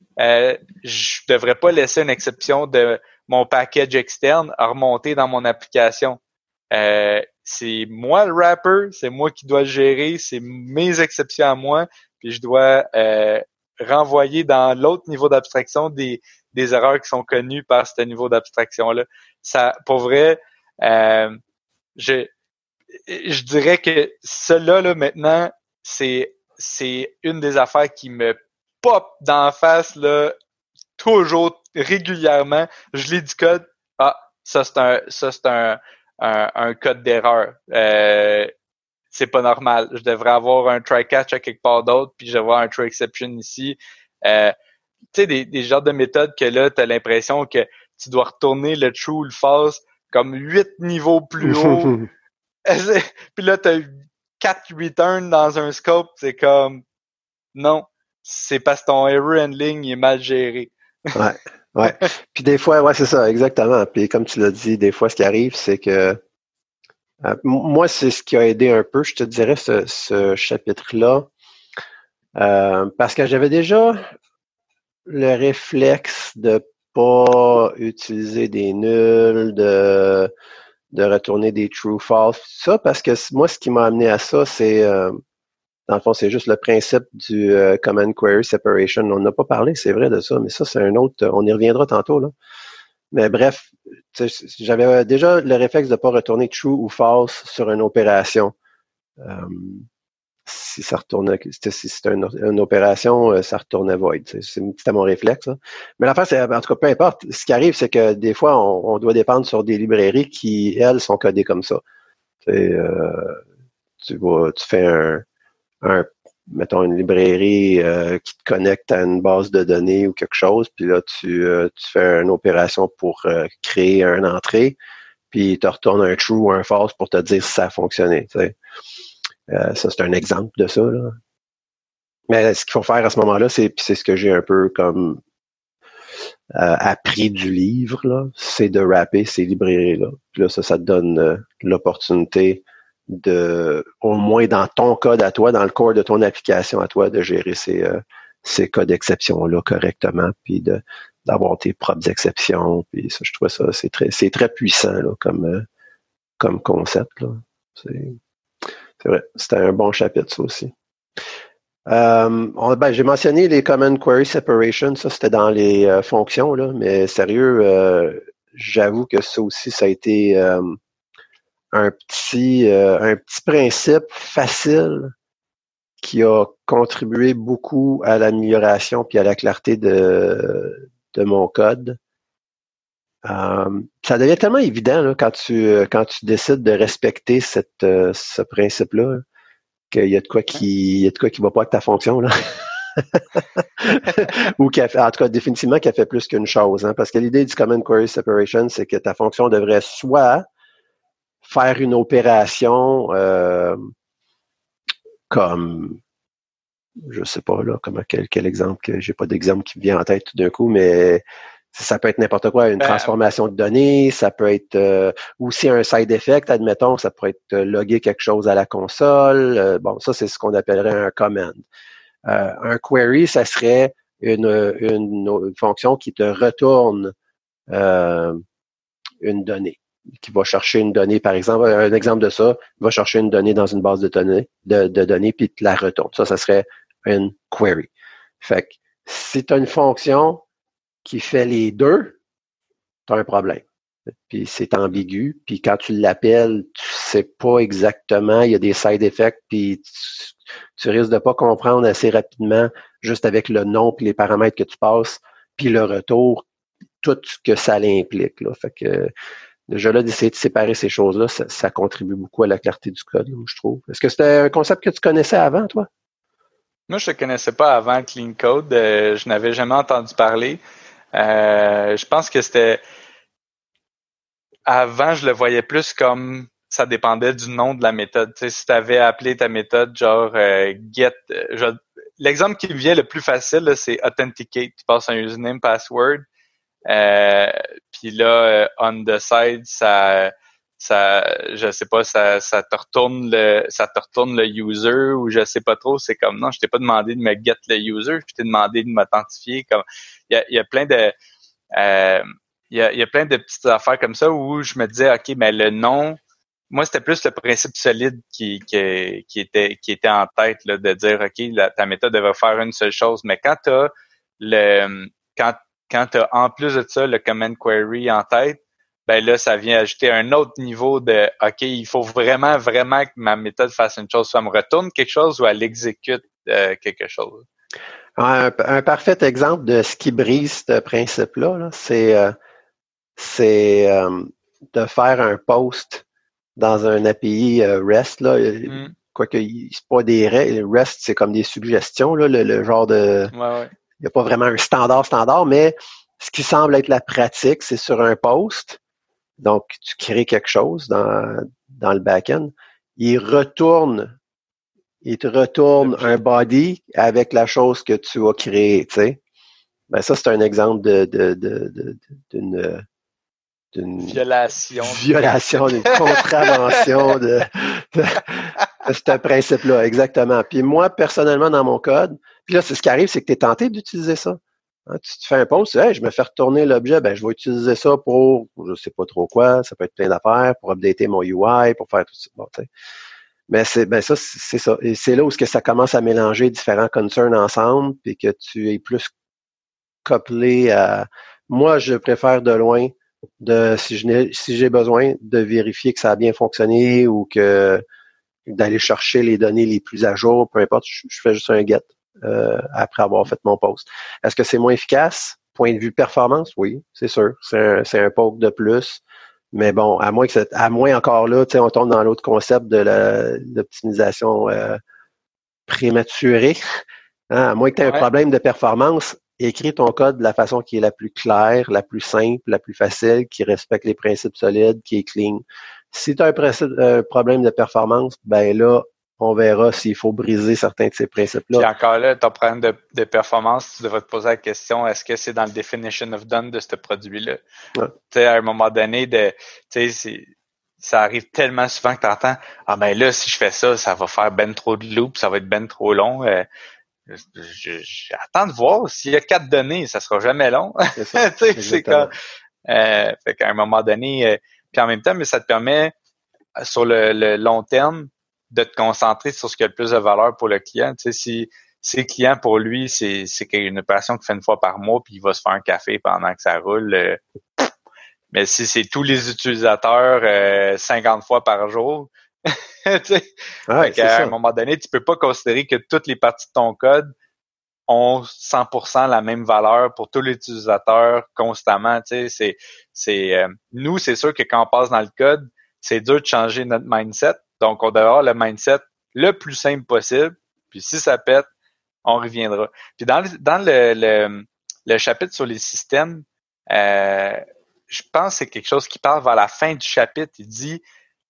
je devrais pas laisser une exception de mon package externe à remonter dans mon application. C'est moi le wrapper, c'est moi qui dois le gérer, c'est mes exceptions à moi, puis je dois renvoyer dans l'autre niveau d'abstraction des erreurs qui sont connues par ce niveau d'abstraction-là. Ça, pour vrai, je dirais que cela là maintenant, c'est une des affaires qui me pop d'en face là toujours régulièrement. Je lis du code. Ah, ça c'est un code d'erreur. C'est pas normal. Je devrais avoir un try catch à quelque part d'autre, puis je vais avoir un true exception ici. Tu sais, des genres de méthodes que là, tu as l'impression que tu dois retourner le true ou le false comme 8 niveaux plus haut. Puis là, tu as 4 returns dans un scope. C'est comme non, c'est parce que ton error handling est mal géré. Ouais, ouais. Puis des fois, ouais, c'est ça, exactement. Puis comme tu l'as dit, des fois, ce qui arrive, c'est que moi, c'est ce qui a aidé un peu, je te dirais, ce chapitre-là. Parce que j'avais déjà le réflexe de pas utiliser des nuls, de retourner des true false, ça, parce que moi, ce qui m'a amené à ça, c'est dans le fond, c'est juste le principe du command query separation. On n'a pas parlé, c'est vrai de ça, mais ça, c'est un autre, on y reviendra tantôt, là. Mais bref, j'avais déjà le réflexe de pas retourner true ou false sur une opération. si ça retournait, si c'était une opération, ça retournait void. C'était mon réflexe. Là. Mais l'affaire, c'est, en tout cas, peu importe. Ce qui arrive, c'est que des fois, on doit dépendre sur des librairies qui, elles, sont codées comme ça. Tu fais mettons, une librairie qui te connecte à une base de données ou quelque chose, puis là, tu fais une opération pour créer une entrée, puis il te retourne un true ou un false pour te dire si ça a fonctionné. Ça, c'est un exemple de ça. Là. Mais ce qu'il faut faire à ce moment-là, c'est ce que j'ai un peu comme appris du livre, là, c'est de wrapper ces librairies-là. Puis là, ça te donne l'opportunité de, au moins dans ton code à toi, dans le core de ton application à toi, de gérer ces cas d'exception-là correctement, puis d'avoir tes propres exceptions. Puis ça, je trouve ça, c'est très puissant là, comme concept. Là. C'est vrai, c'était un bon chapitre, ça aussi. J'ai mentionné les Common Query Separation, ça c'était dans les fonctions, là, mais sérieux, j'avoue que ça aussi, ça a été un petit principe facile qui a contribué beaucoup à l'amélioration puis à la clarté de mon code. Ça devient tellement évident là, quand tu décides de respecter ce principe-là qu'il y a de quoi qui va pas avec ta fonction là. Ou en tout cas définitivement qui a fait plus qu'une chose, hein, parce que l'idée du Common Query Separation, c'est que ta fonction devrait soit faire une opération comme je sais pas là, quel exemple, que j'ai pas d'exemple qui me vient en tête tout d'un coup, mais ça peut être n'importe quoi, une transformation de données, ça peut être aussi un side effect, admettons, ça pourrait être loguer quelque chose à la console. Bon, ça, c'est ce qu'on appellerait un command. Un query, ça serait une fonction qui te retourne une donnée, qui va chercher une donnée, par exemple, un exemple de ça, va chercher une donnée dans une base de données, puis te la retourne. Ça serait une query. Fait que si tu as une fonction qui fait les deux, tu as un problème. Puis c'est ambigu, puis quand tu l'appelles, tu sais pas exactement, il y a des side effects, puis tu risques de pas comprendre assez rapidement, juste avec le nom puis les paramètres que tu passes, puis le retour, tout ce que ça implique. Là. Fait que déjà là, d'essayer de séparer ces choses-là, ça contribue beaucoup à la clarté du code, là, je trouve. Est-ce que c'était un concept que tu connaissais avant, toi? Moi, je ne connaissais pas avant Clean Code. Je n'avais jamais entendu parler. Je pense que c'était... Avant, je le voyais plus comme ça dépendait du nom de la méthode. Tu sais, si tu avais appelé ta méthode genre get... L'exemple qui me vient le plus facile, là, c'est authenticate. Tu passes un username, password. Puis là, on the side, je sais pas, ça te retourne le user ou je sais pas trop. C'est comme non, je t'ai pas demandé de me get le user, je t'ai demandé de m'authentifier. Comme il y a plein de il y a plein de petites affaires comme ça où je me disais ok, mais le nom, moi c'était plus le principe solide qui était en tête là, de dire ok, ta méthode devrait faire une seule chose. Mais quand t'as quand tu as en plus de ça le command query en tête, ben là, ça vient ajouter un autre niveau de OK, il faut vraiment que ma méthode fasse une chose, soit elle me retourne quelque chose ou elle exécute quelque chose. Un parfait exemple de ce qui brise ce principe-là, là, c'est de faire un post dans un API REST. Là. Quoique, c'est pas des REST, c'est comme des suggestions, là, le genre de... Ouais. Il n'y a pas vraiment un standard, mais ce qui semble être la pratique, c'est sur un post. Donc, tu crées quelque chose dans le back-end. Il te retourne un body avec la chose que tu as créée, tu sais. Ben, ça, c'est un exemple d'une violation, d'une contravention de ce principe-là, exactement. Puis moi, personnellement, dans mon code, puis là, c'est ce qui arrive, c'est que tu es tenté d'utiliser ça. Hein, tu te fais un post, hey, je me fais retourner l'objet, ben je vais utiliser ça pour je sais pas trop quoi, ça peut être plein d'affaires, pour updater mon UI, pour faire tout ça. Bon, mais ça, c'est ça. Et c'est là où que ça commence à mélanger différents concerns ensemble, puis que tu es plus couplé à. Moi, je préfère de loin si j'ai besoin de vérifier que ça a bien fonctionné ou que d'aller chercher les données les plus à jour, peu importe, je fais juste un get après avoir fait mon post. Est-ce que c'est moins efficace? Point de vue performance, oui, c'est sûr. C'est un poke de plus. Mais bon, à moins encore là, tu sais, on tombe dans l'autre concept de l'optimisation prématurée. Hein, à moins que tu aies un problème de performance, écris ton code de la façon qui est la plus claire, la plus simple, la plus facile, qui respecte les principes solides, qui est clean. Si tu as un problème de performance, ben là, on verra s'il faut briser certains de ces principes-là. Puis encore là, ton problème de performance, tu devrais te poser la question, est-ce que c'est dans le definition of done de ce produit-là? Ouais. Tu sais, à un moment donné, ça arrive tellement souvent que tu entends, ah ben là, si je fais ça, ça va faire ben trop de loops, ça va être ben trop long. J'attends de voir. S'il y a 4 données, ça sera jamais long. C'est ça. C'est comme, fait qu'à un moment donné, puis en même temps, mais ça te permet, sur le long terme, de te concentrer sur ce qui a le plus de valeur pour le client. Tu sais, si le client, pour lui, c'est une opération qu'il fait une fois par mois, puis il va se faire un café pendant que ça roule. Mais si c'est tous les utilisateurs 50 fois par jour, tu sais, à un moment donné, tu peux pas considérer que toutes les parties de ton code ont 100% la même valeur pour tous les utilisateurs constamment. Tu sais, nous, c'est sûr que quand on passe dans le code, c'est dur de changer notre mindset. Donc, on doit avoir le mindset le plus simple possible. Puis si ça pète, on reviendra. Puis dans le chapitre sur les systèmes, je pense que c'est quelque chose qui parle vers la fin du chapitre. Il dit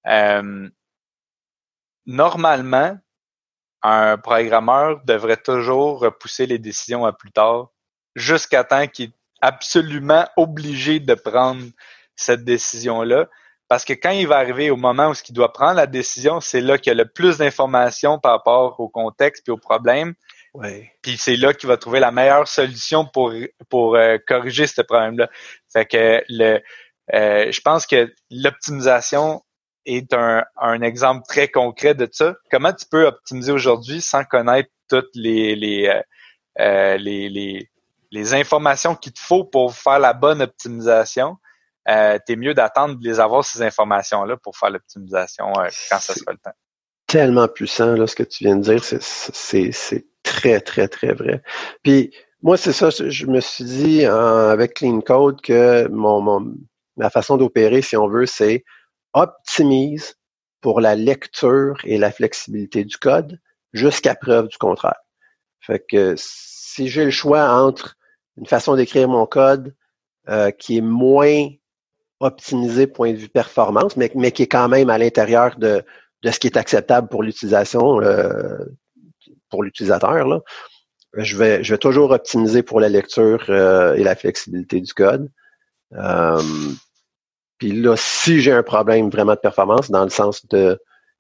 normalement, un programmeur devrait toujours repousser les décisions à plus tard, jusqu'à temps qu'il est absolument obligé de prendre cette décision-là. Parce que quand il va arriver au moment où il doit prendre la décision, c'est là qu'il y a le plus d'informations par rapport au contexte et au problème. Ouais. Puis c'est là qu'il va trouver la meilleure solution pour corriger ce problème-là. Fait que je pense que l'optimisation est un exemple très concret de ça. Comment tu peux optimiser aujourd'hui sans connaître toutes les informations qu'il te faut pour faire la bonne optimisation? T'es mieux d'attendre de les avoir, ces informations-là, pour faire l'optimisation quand ça sera le temps. Tellement puissant, là, ce que tu viens de dire. C'est très, très, très vrai. Puis, moi, c'est ça, je me suis dit avec Clean Code que ma façon d'opérer, si on veut, c'est optimise pour la lecture et la flexibilité du code jusqu'à preuve du contraire. Fait que si j'ai le choix entre une façon d'écrire mon code qui est moins optimisé point de vue performance, mais qui est quand même à l'intérieur de ce qui est acceptable pour l'utilisation, pour l'utilisateur, là, je vais toujours optimiser pour la lecture et la flexibilité du code. Puis là, si j'ai un problème vraiment de performance, dans le sens de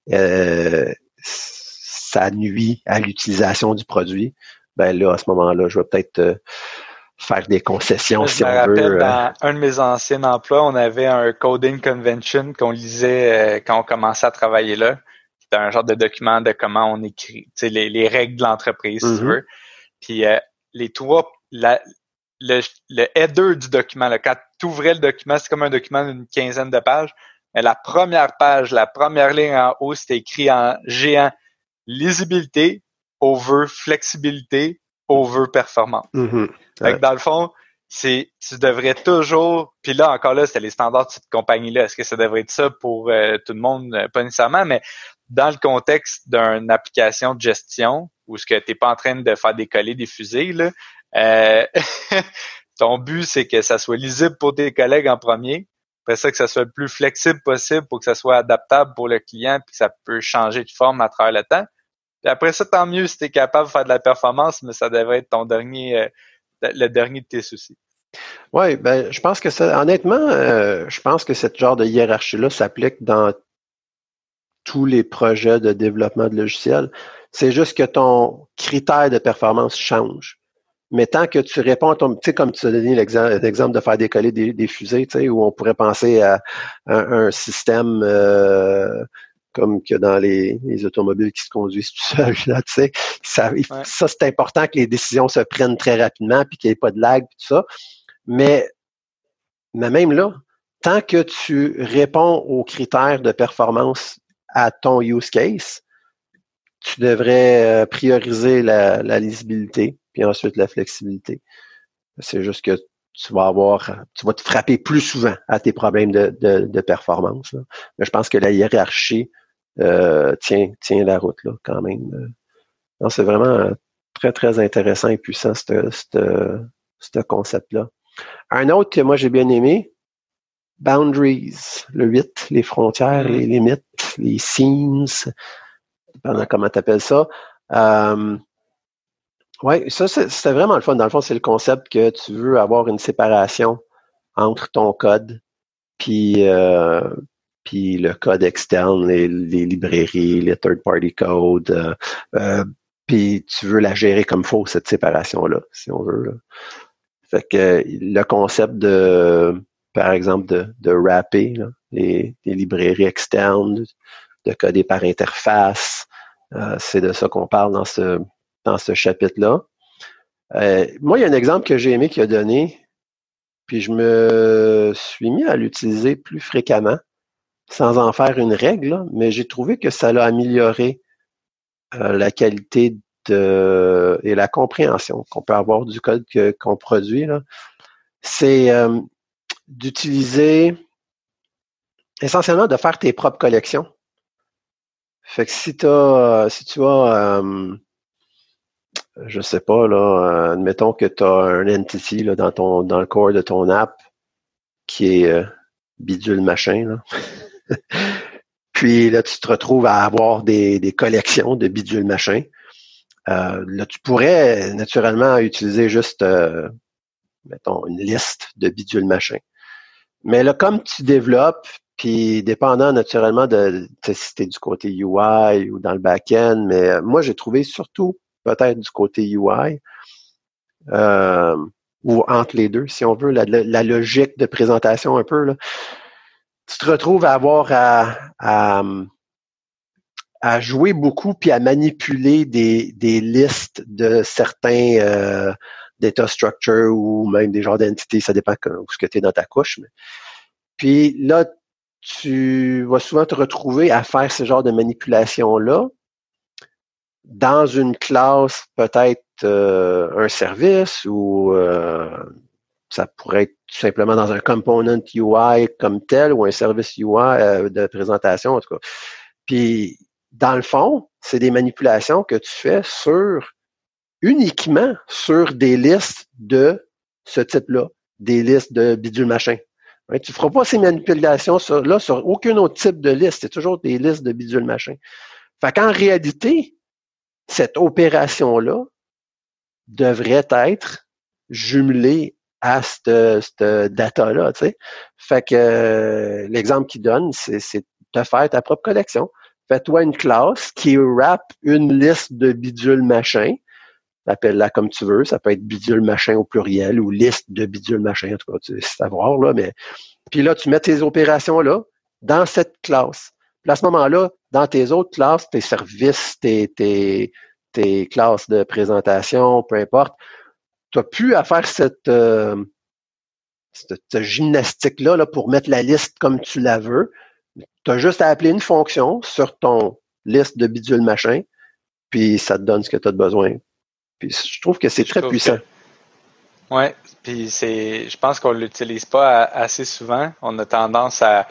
ça nuit à l'utilisation du produit, ben là, à ce moment-là, je vais peut-être faire des concessions si on veut. Je me rappelle, dans un de mes anciens emplois, on avait un coding convention qu'on lisait quand on commençait à travailler là. C'était un genre de document de comment on écrit, tu sais, les règles de l'entreprise, si tu veux. Puis le header du document, là, quand tu ouvrais le document, c'est comme un document d'une 15aine de pages. Mais la première page, la première ligne en haut, c'était écrit en géant lisibilité, over flexibilité, over performance. Fait que dans le fond, tu devrais toujours, puis là encore là, c'était les standards de cette compagnie-là. Est-ce que ça devrait être ça pour tout le monde? Pas nécessairement, mais dans le contexte d'une application de gestion où ce que t'es pas en train de faire décoller des fusées, là, ton but, c'est que ça soit lisible pour tes collègues en premier. Après ça, que ça soit le plus flexible possible pour que ça soit adaptable pour le client puis que ça peut changer de forme à travers le temps. Puis après ça, tant mieux si tu es capable de faire de la performance, mais ça devrait être le dernier de tes soucis. Oui, ben je pense que ça, honnêtement, je pense que ce genre de hiérarchie-là s'applique dans tous les projets de développement de logiciels. C'est juste que ton critère de performance change. Mais tant que tu réponds à ton, tu sais, comme tu as donné l'exemple de faire décoller des fusées, tu sais, où on pourrait penser à un système comme que dans les automobiles qui se conduisent tout seuls, là, tu sais. Ça, c'est important que les décisions se prennent très rapidement puis qu'il n'y ait pas de lag puis tout ça. Mais même là, tant que tu réponds aux critères de performance à ton use case, tu devrais prioriser la lisibilité, puis ensuite la flexibilité. C'est juste que tu vas te frapper plus souvent à tes problèmes de performance. Là. Mais je pense que la hiérarchie tient la route là, quand même. Non, c'est vraiment très, très intéressant et puissant, ce concept-là. Un autre que moi j'ai bien aimé, boundaries, le 8, les frontières, les limites, les scenes, dépendant comment tu appelles ça. Oui, ça, c'était vraiment le fun. Dans le fond, c'est le concept que tu veux avoir une séparation entre ton code puis le code externe, les librairies, les third-party codes, puis tu veux la gérer comme faut, cette séparation-là, si on veut. Là. Fait que le concept par exemple, de wrapper là, les librairies externes, de coder par interface, c'est de ça qu'on parle dans ce chapitre-là. Moi, il y a un exemple que j'ai aimé qu'il a donné, puis je me suis mis à l'utiliser plus fréquemment, sans en faire une règle, là, mais j'ai trouvé que ça l'a amélioré la qualité et la compréhension qu'on peut avoir du code qu'on produit. Là. C'est d'utiliser, essentiellement, de faire tes propres collections. Fait que si tu as je sais pas, là, admettons que tu as un entity là, dans le core de ton app qui est bidule machin, là. Puis là, tu te retrouves à avoir des collections de bidule machin. Là, tu pourrais naturellement utiliser juste, mettons, une liste de bidule machin. Mais là, comme tu développes, puis dépendant naturellement de si tu es du côté UI ou dans le back-end, mais moi, j'ai trouvé surtout peut-être du côté UI, ou entre les deux, si on veut, la logique de présentation un peu, là. Tu te retrouves à avoir à jouer beaucoup puis à manipuler des listes de certains data structures ou même des genres d'entités, ça dépend où ce que tu es dans ta couche. Puis là, tu vas souvent te retrouver à faire ce genre de manipulation-là dans une classe, peut-être un service ou ça pourrait être tout simplement dans un component UI comme tel ou un service UI de présentation, en tout cas. Puis, dans le fond, c'est des manipulations que tu fais uniquement sur des listes de ce type-là, des listes de bidule machin. Ouais, tu ne feras pas ces manipulations sur aucun autre type de liste. C'est toujours des listes de bidule machin. Fait qu'en réalité, cette opération-là devrait être jumelée à cette data-là, tu sais. Fait que l'exemple qu'il donne, c'est de faire ta propre collection. Fais-toi une classe qui wrap une liste de bidule machin. Appelle-la comme tu veux. Ça peut être bidule machin au pluriel ou liste de bidule machin. En tout cas, c'est à voir, là. Mais puis là, tu mets tes opérations là dans cette classe. Puis à ce moment-là, dans tes autres classes, tes services, tes classes de présentation, peu importe, tu n'as plus à faire cette gymnastique-là là, pour mettre la liste comme tu la veux. Tu as juste à appeler une fonction sur ton liste de bidule machin, puis ça te donne ce que tu as besoin. Puis je trouve que c'est très puissant. Ouais, puis je pense qu'on l'utilise pas assez souvent. On a tendance à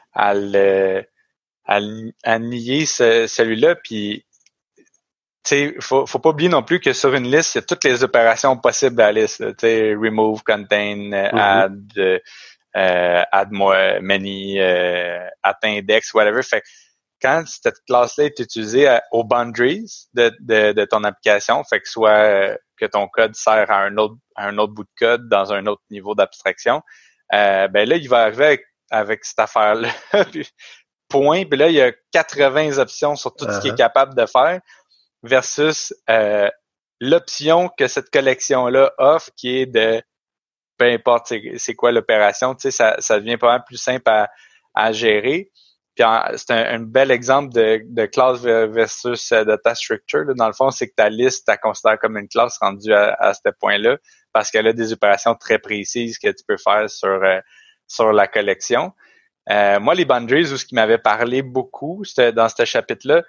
nier celui-là, puis tu sais, faut pas oublier non plus que sur une liste, il y a toutes les opérations possibles à la liste. Tu sais, remove, contain, add, add more, many, at index, whatever. Fait que quand cette classe-là est utilisée aux boundaries de ton application, fait que soit que ton code sert à un autre bout de code dans un autre niveau d'abstraction, ben là, il va arriver avec cette affaire-là. Point. Puis là, il y a 80 options sur tout ce qu'il est capable de faire versus l'option que cette collection-là offre, qui est de peu importe c'est quoi l'opération, tu sais, ça devient pas mal plus simple à gérer. Puis c'est un bel exemple de classe versus data structure. Là. Dans le fond, c'est que ta liste, tu la considères comme une classe rendue à ce point-là parce qu'elle a des opérations très précises que tu peux faire sur la collection. Moi, les boundaries, où ce qui m'avait parlé beaucoup, c'était dans ce chapitre-là,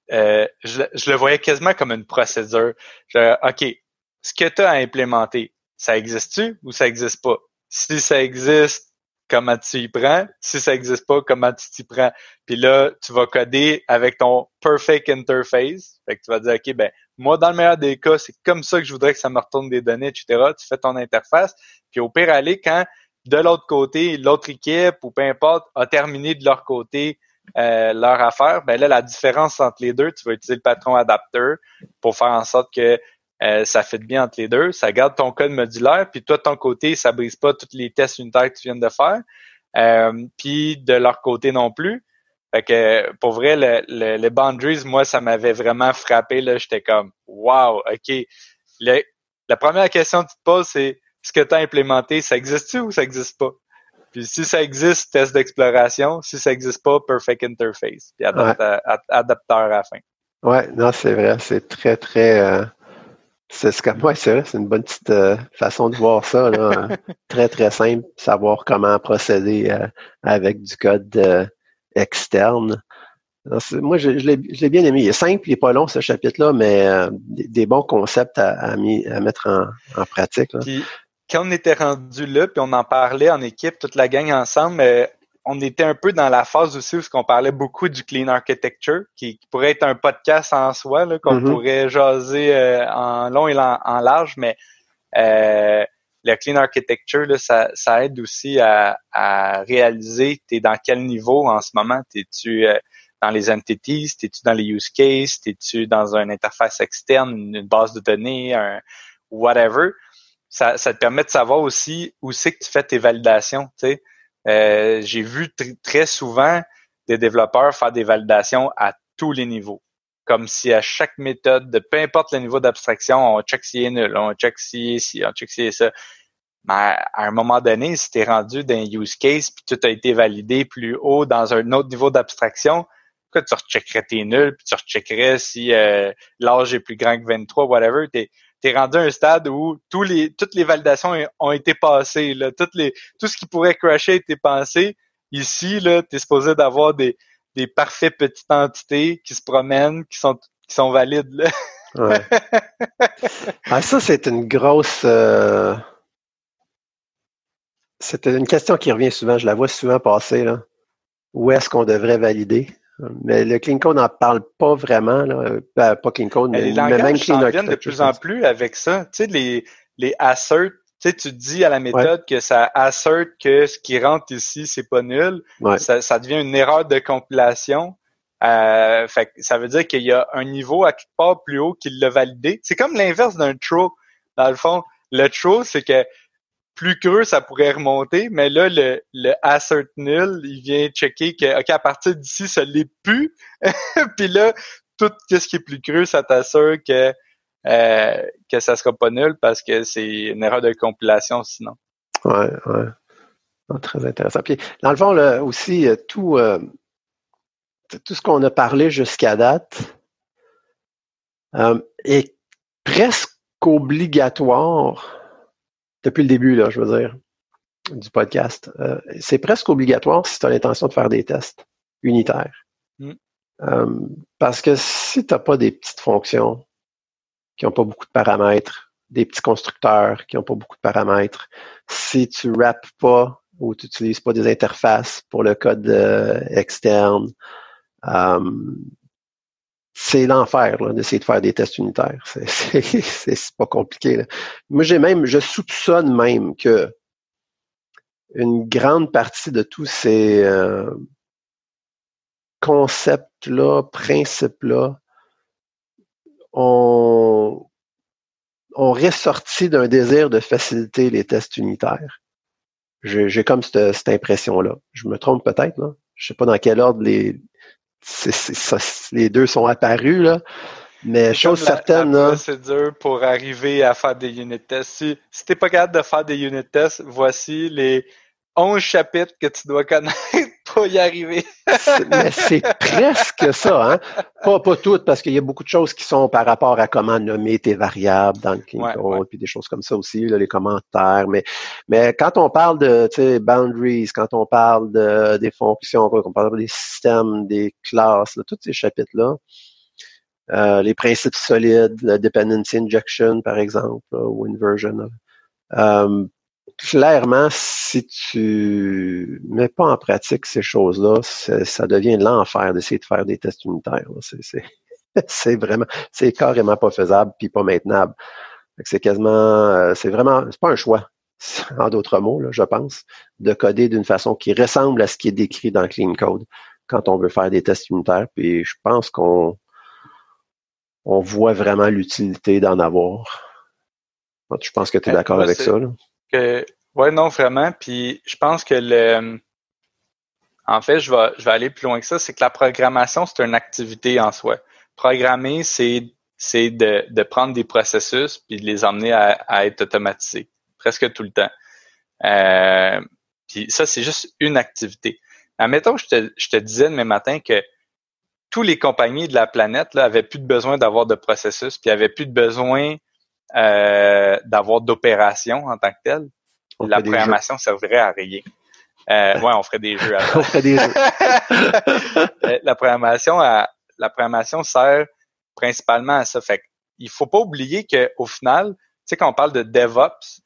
je le voyais quasiment comme une procédure. OK, ce que tu as à implémenter, ça existe-tu ou ça existe pas? Si ça existe, comment tu y prends? Si ça existe pas, comment tu t'y prends? Puis là, tu vas coder avec ton perfect interface. Fait que tu vas dire, OK, ben, moi, dans le meilleur des cas, c'est comme ça que je voudrais que ça me retourne des données, etc. Tu fais ton interface. Puis au pire, aller quand de l'autre côté, l'autre équipe ou peu importe a terminé de leur côté leur affaire, ben là, la différence entre les deux, tu vas utiliser le patron adapteur pour faire en sorte que ça fit bien entre les deux. Ça garde ton code modulaire, puis toi, de ton côté, ça brise pas tous les tests unitaires que tu viens de faire. Puis de leur côté non plus. Fait que pour vrai, les boundaries, moi, ça m'avait vraiment frappé. Là, j'étais comme wow, OK. La première question que tu te poses, c'est ce que tu as implémenté, ça existe-tu ou ça existe pas? Puis si ça existe, test d'exploration. Si ça existe pas, perfect interface. Puis adapteur à la fin. Ouais, non, c'est vrai. C'est très, très... c'est comme ouais, c'est vrai, c'est une bonne petite façon de voir ça, là. Très, très simple, savoir comment procéder avec du code externe. Alors, moi, je l'ai bien aimé. Il est simple, il est pas long, ce chapitre-là, mais des bons concepts à mettre en pratique, là. Puis, quand on était rendu là, puis on en parlait en équipe, toute la gang ensemble, on était un peu dans la phase aussi où on parlait beaucoup du clean architecture, qui pourrait être un podcast en soi, là, qu'on pourrait jaser en long et en large, mais le clean architecture, là, ça aide aussi à réaliser t'es dans quel niveau en ce moment. T'es-tu dans les entities, t'es-tu dans les use cases, t'es-tu dans une interface externe, une base de données, un whatever. Ça te permet de savoir aussi où c'est que tu fais tes validations. Tu sais, j'ai vu très souvent des développeurs faire des validations à tous les niveaux. Comme si à chaque méthode, de peu importe le niveau d'abstraction, on check s'il est nul, on check s'il est ci, on check s'il est ça. Mais à un moment donné, si t'es rendu dans un use case puis tout a été validé plus haut dans un autre niveau d'abstraction, quoi, tu recheckerais tes nuls, puis tu recheckerais si l'âge est plus grand que 23, whatever. T'es rendu à un stade où toutes les validations ont été passées, là. Tout ce qui pourrait crasher a été pensé. Ici, là, t'es supposé d'avoir des parfaits petites entités qui se promènent, qui sont valides, là. Ouais. Ah, ça, c'est une grosse... C'était une question qui revient souvent, je la vois souvent passer, là. Où est-ce qu'on devrait valider? Mais le clean code n'en parle pas vraiment, là. Pas clean code, mais même clean architecture. De plus en plus avec ça. Tu sais, les assert, tu sais, tu dis à la méthode que ça assert que ce qui rentre ici, c'est pas nul. Ouais. Ça devient une erreur de compilation. Fait que ça veut dire qu'il y a un niveau à quelque part plus haut qui l'a validé. C'est comme l'inverse d'un throw. Dans le fond, le throw, c'est que plus creux, ça pourrait remonter, mais là, le assert nul, il vient checker que, OK, à partir d'ici, ça l'est plus. Puis là, tout ce qui est plus creux, ça t'assure que ça sera pas nul parce que c'est une erreur de compilation sinon. Ouais. Oh, très intéressant. Puis, dans le fond, là, aussi, tout ce qu'on a parlé jusqu'à date est presque obligatoire depuis le début, là, je veux dire, du podcast. C'est presque obligatoire si tu as l'intention de faire des tests unitaires. Parce que si tu n'as pas des petites fonctions qui n'ont pas beaucoup de paramètres, des petits constructeurs qui n'ont pas beaucoup de paramètres, si tu wrappes pas ou tu n'utilises pas des interfaces pour le code externe, c'est l'enfer là, d'essayer de faire des tests unitaires. C'est pas compliqué, là. Moi, je soupçonne même que une grande partie de tous ces concepts-là, principes-là, ont ressorti d'un désir de faciliter les tests unitaires. J'ai comme cette impression-là. Je me trompe peut-être, là. Je sais pas dans quel ordre les deux sont apparus, là. Mais chose certaine, la procédure pour arriver à faire des unit tests. Si t'es pas capable de faire des unit tests, voici les 11 chapitres que tu dois connaître pour y arriver. Mais c'est presque ça, hein? Pas toutes, parce qu'il y a beaucoup de choses qui sont par rapport à comment nommer tes variables dans le clean code, puis des choses comme ça aussi, là, les commentaires. Mais quand on parle de, tu sais, boundaries, quand on parle des fonctions, quand on parle des systèmes, des classes, là, tous ces chapitres-là, les principes solides, la dependency injection, par exemple, là, ou inversion. Clairement, si tu mets pas en pratique ces choses-là, ça devient l'enfer d'essayer de faire des tests unitaires. C'est carrément pas faisable puis pas maintenable. C'est quasiment, c'est pas un choix, en d'autres mots, là, je pense, de coder d'une façon qui ressemble à ce qui est décrit dans Clean Code quand on veut faire des tests unitaires. Puis je pense qu'on voit vraiment l'utilité d'en avoir. Je pense que tu es d'accord avec ça, là. Ouais, non, vraiment. Puis je pense que en fait, je vais aller plus loin que ça. C'est que la programmation, c'est une activité en soi. Programmer, c'est de prendre des processus puis de les emmener à être automatisés presque tout le temps. Puis ça, c'est juste une activité. Admettons que je te disais demain matin que tous les compagnies de la planète là avaient plus de besoin d'avoir de processus puis avaient plus de besoin d'avoir d'opérations en tant que telle. La programmation servirait à rien. Ouais, on ferait des jeux à On ferait des jeux. La programmation sert principalement à ça. Fait il faut pas oublier qu'au final, tu sais, quand on parle de DevOps,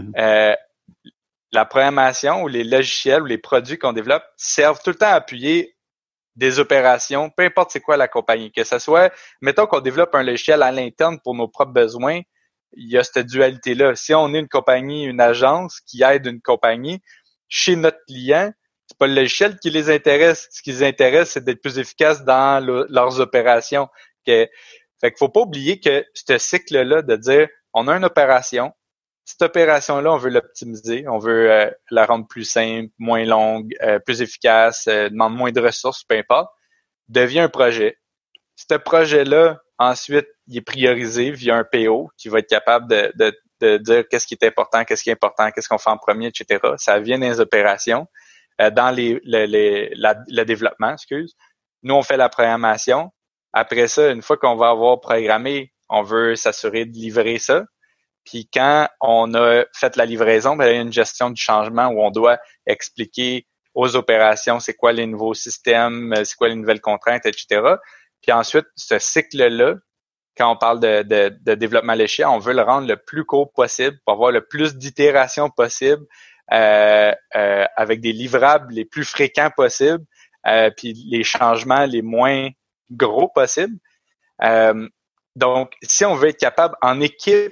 la programmation ou les logiciels ou les produits qu'on développe servent tout le temps à appuyer des opérations, peu importe c'est quoi la compagnie. Que ce soit, mettons qu'on développe un logiciel à l'interne pour nos propres besoins, il y a cette dualité-là. Si on est une compagnie, une agence qui aide une compagnie, chez notre client, c'est pas le logiciel qui les intéresse. Ce qui les intéresse, c'est d'être plus efficace dans leurs opérations. Fait qu'il faut pas oublier que ce cycle-là de dire, on a une opération, cette opération-là, on veut l'optimiser, on veut la rendre plus simple, moins longue, plus efficace, demande moins de ressources, peu importe, devient un projet. Ce projet-là, ensuite, il est priorisé via un PO qui va être capable de dire qu'est-ce qui est important, qu'est-ce qu'on fait en premier, etc. Ça vient dans les opérations, dans le développement, excuse. Nous, on fait la programmation. Après ça, une fois qu'on va avoir programmé, on veut s'assurer de livrer ça. Puis quand on a fait la livraison, ben, il y a une gestion du changement où on doit expliquer aux opérations c'est quoi les nouveaux systèmes, c'est quoi les nouvelles contraintes, etc. Puis ensuite, ce cycle-là, quand on parle de développement léché, on veut le rendre le plus court possible pour avoir le plus d'itérations possible avec des livrables les plus fréquents possibles, puis les changements les moins gros possibles. Donc, si on veut être capable en équipe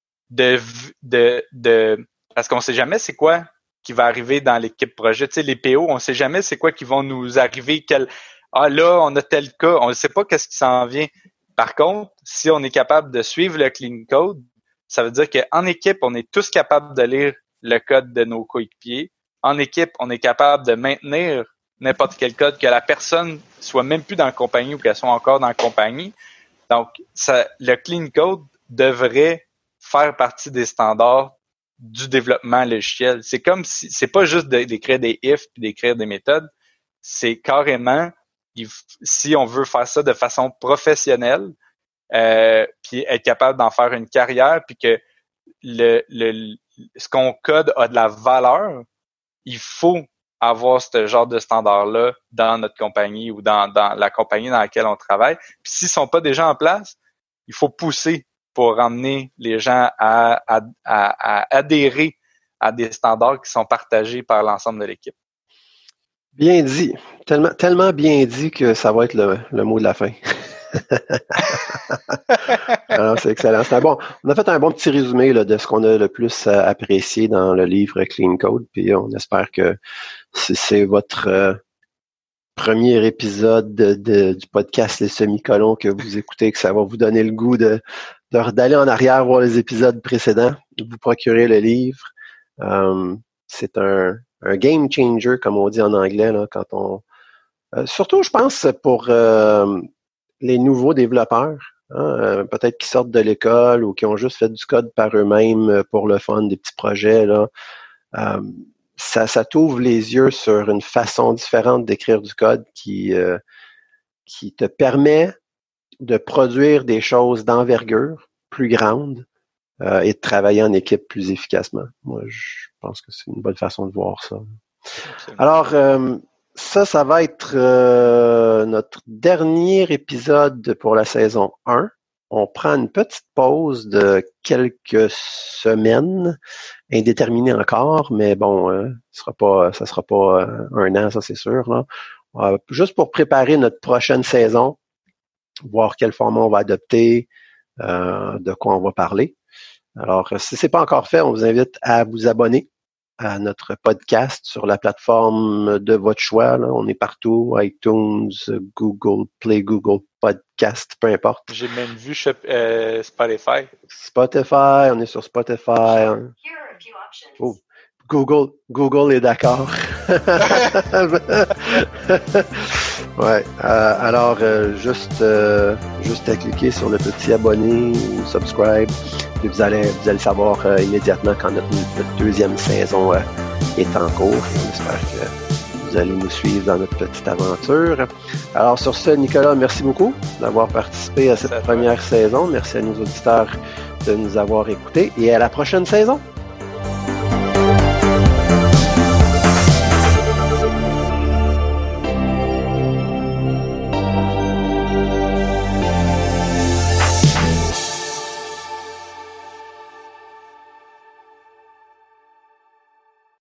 parce qu'on sait jamais c'est quoi qui va arriver dans l'équipe projet. Tu sais, les PO, on sait jamais c'est quoi qui vont nous arriver. Là, on a tel cas, on ne sait pas qu'est-ce qui s'en vient. Par contre, si on est capable de suivre le clean code, ça veut dire qu'en équipe, on est tous capables de lire le code de nos coéquipiers. En équipe, on est capable de maintenir n'importe quel code, que la personne soit même plus dans la compagnie ou qu'elle soit encore dans la compagnie. Donc, le clean code devrait faire partie des standards du développement logiciel. C'est comme si, c'est pas juste d'écrire des ifs puis d'écrire des méthodes, c'est carrément, si on veut faire ça de façon professionnelle, puis être capable d'en faire une carrière, puis que ce qu'on code a de la valeur, il faut avoir ce genre de standard-là dans notre compagnie ou dans la compagnie dans laquelle on travaille. Puis s'ils sont pas déjà en place, il faut pousser pour emmener les gens à adhérer à des standards qui sont partagés par l'ensemble de l'équipe. Bien dit. Tellement bien dit que ça va être le mot de la fin. Alors, c'est excellent. On a fait un bon petit résumé là, de ce qu'on a le plus apprécié dans le livre Clean Code, puis on espère que si c'est votre premier épisode du podcast Les Semi-Colons que vous écoutez, que ça va vous donner le goût d'aller en arrière voir les épisodes précédents, de vous procurer le livre. C'est un game changer, comme on dit en anglais, là, quand on surtout, je pense, pour les nouveaux développeurs, hein, peut-être qui sortent de l'école ou qui ont juste fait du code par eux-mêmes pour le fun, des petits projets, là. Ça t'ouvre les yeux sur une façon différente d'écrire du code qui te permet de produire des choses d'envergure plus grandes et de travailler en équipe plus efficacement. Moi, je pense que c'est une bonne façon de voir ça. Absolument. Alors, Ça va être notre dernier épisode pour la saison 1. On prend une petite pause de quelques semaines, indéterminée encore, mais bon, ça sera pas un an, ça c'est sûr. Là. Juste pour préparer notre prochaine saison, voir quel format on va adopter, de quoi on va parler. Alors, si c'est pas encore fait, on vous invite à vous abonner à notre podcast sur la plateforme de votre choix. Là. On est partout, iTunes, Google Play, Google Podcast, peu importe. J'ai même vu Spotify. Spotify, on est sur Spotify. Oh, Google est d'accord. Ouais. Alors, juste à cliquer sur le petit abonner ou subscribe, puis vous allez savoir immédiatement quand notre deuxième saison est en cours. On espère que vous allez nous suivre dans notre petite aventure. Alors, sur ce, Nicolas, merci beaucoup d'avoir participé à cette première saison. Merci à nos auditeurs de nous avoir écoutés et à la prochaine saison.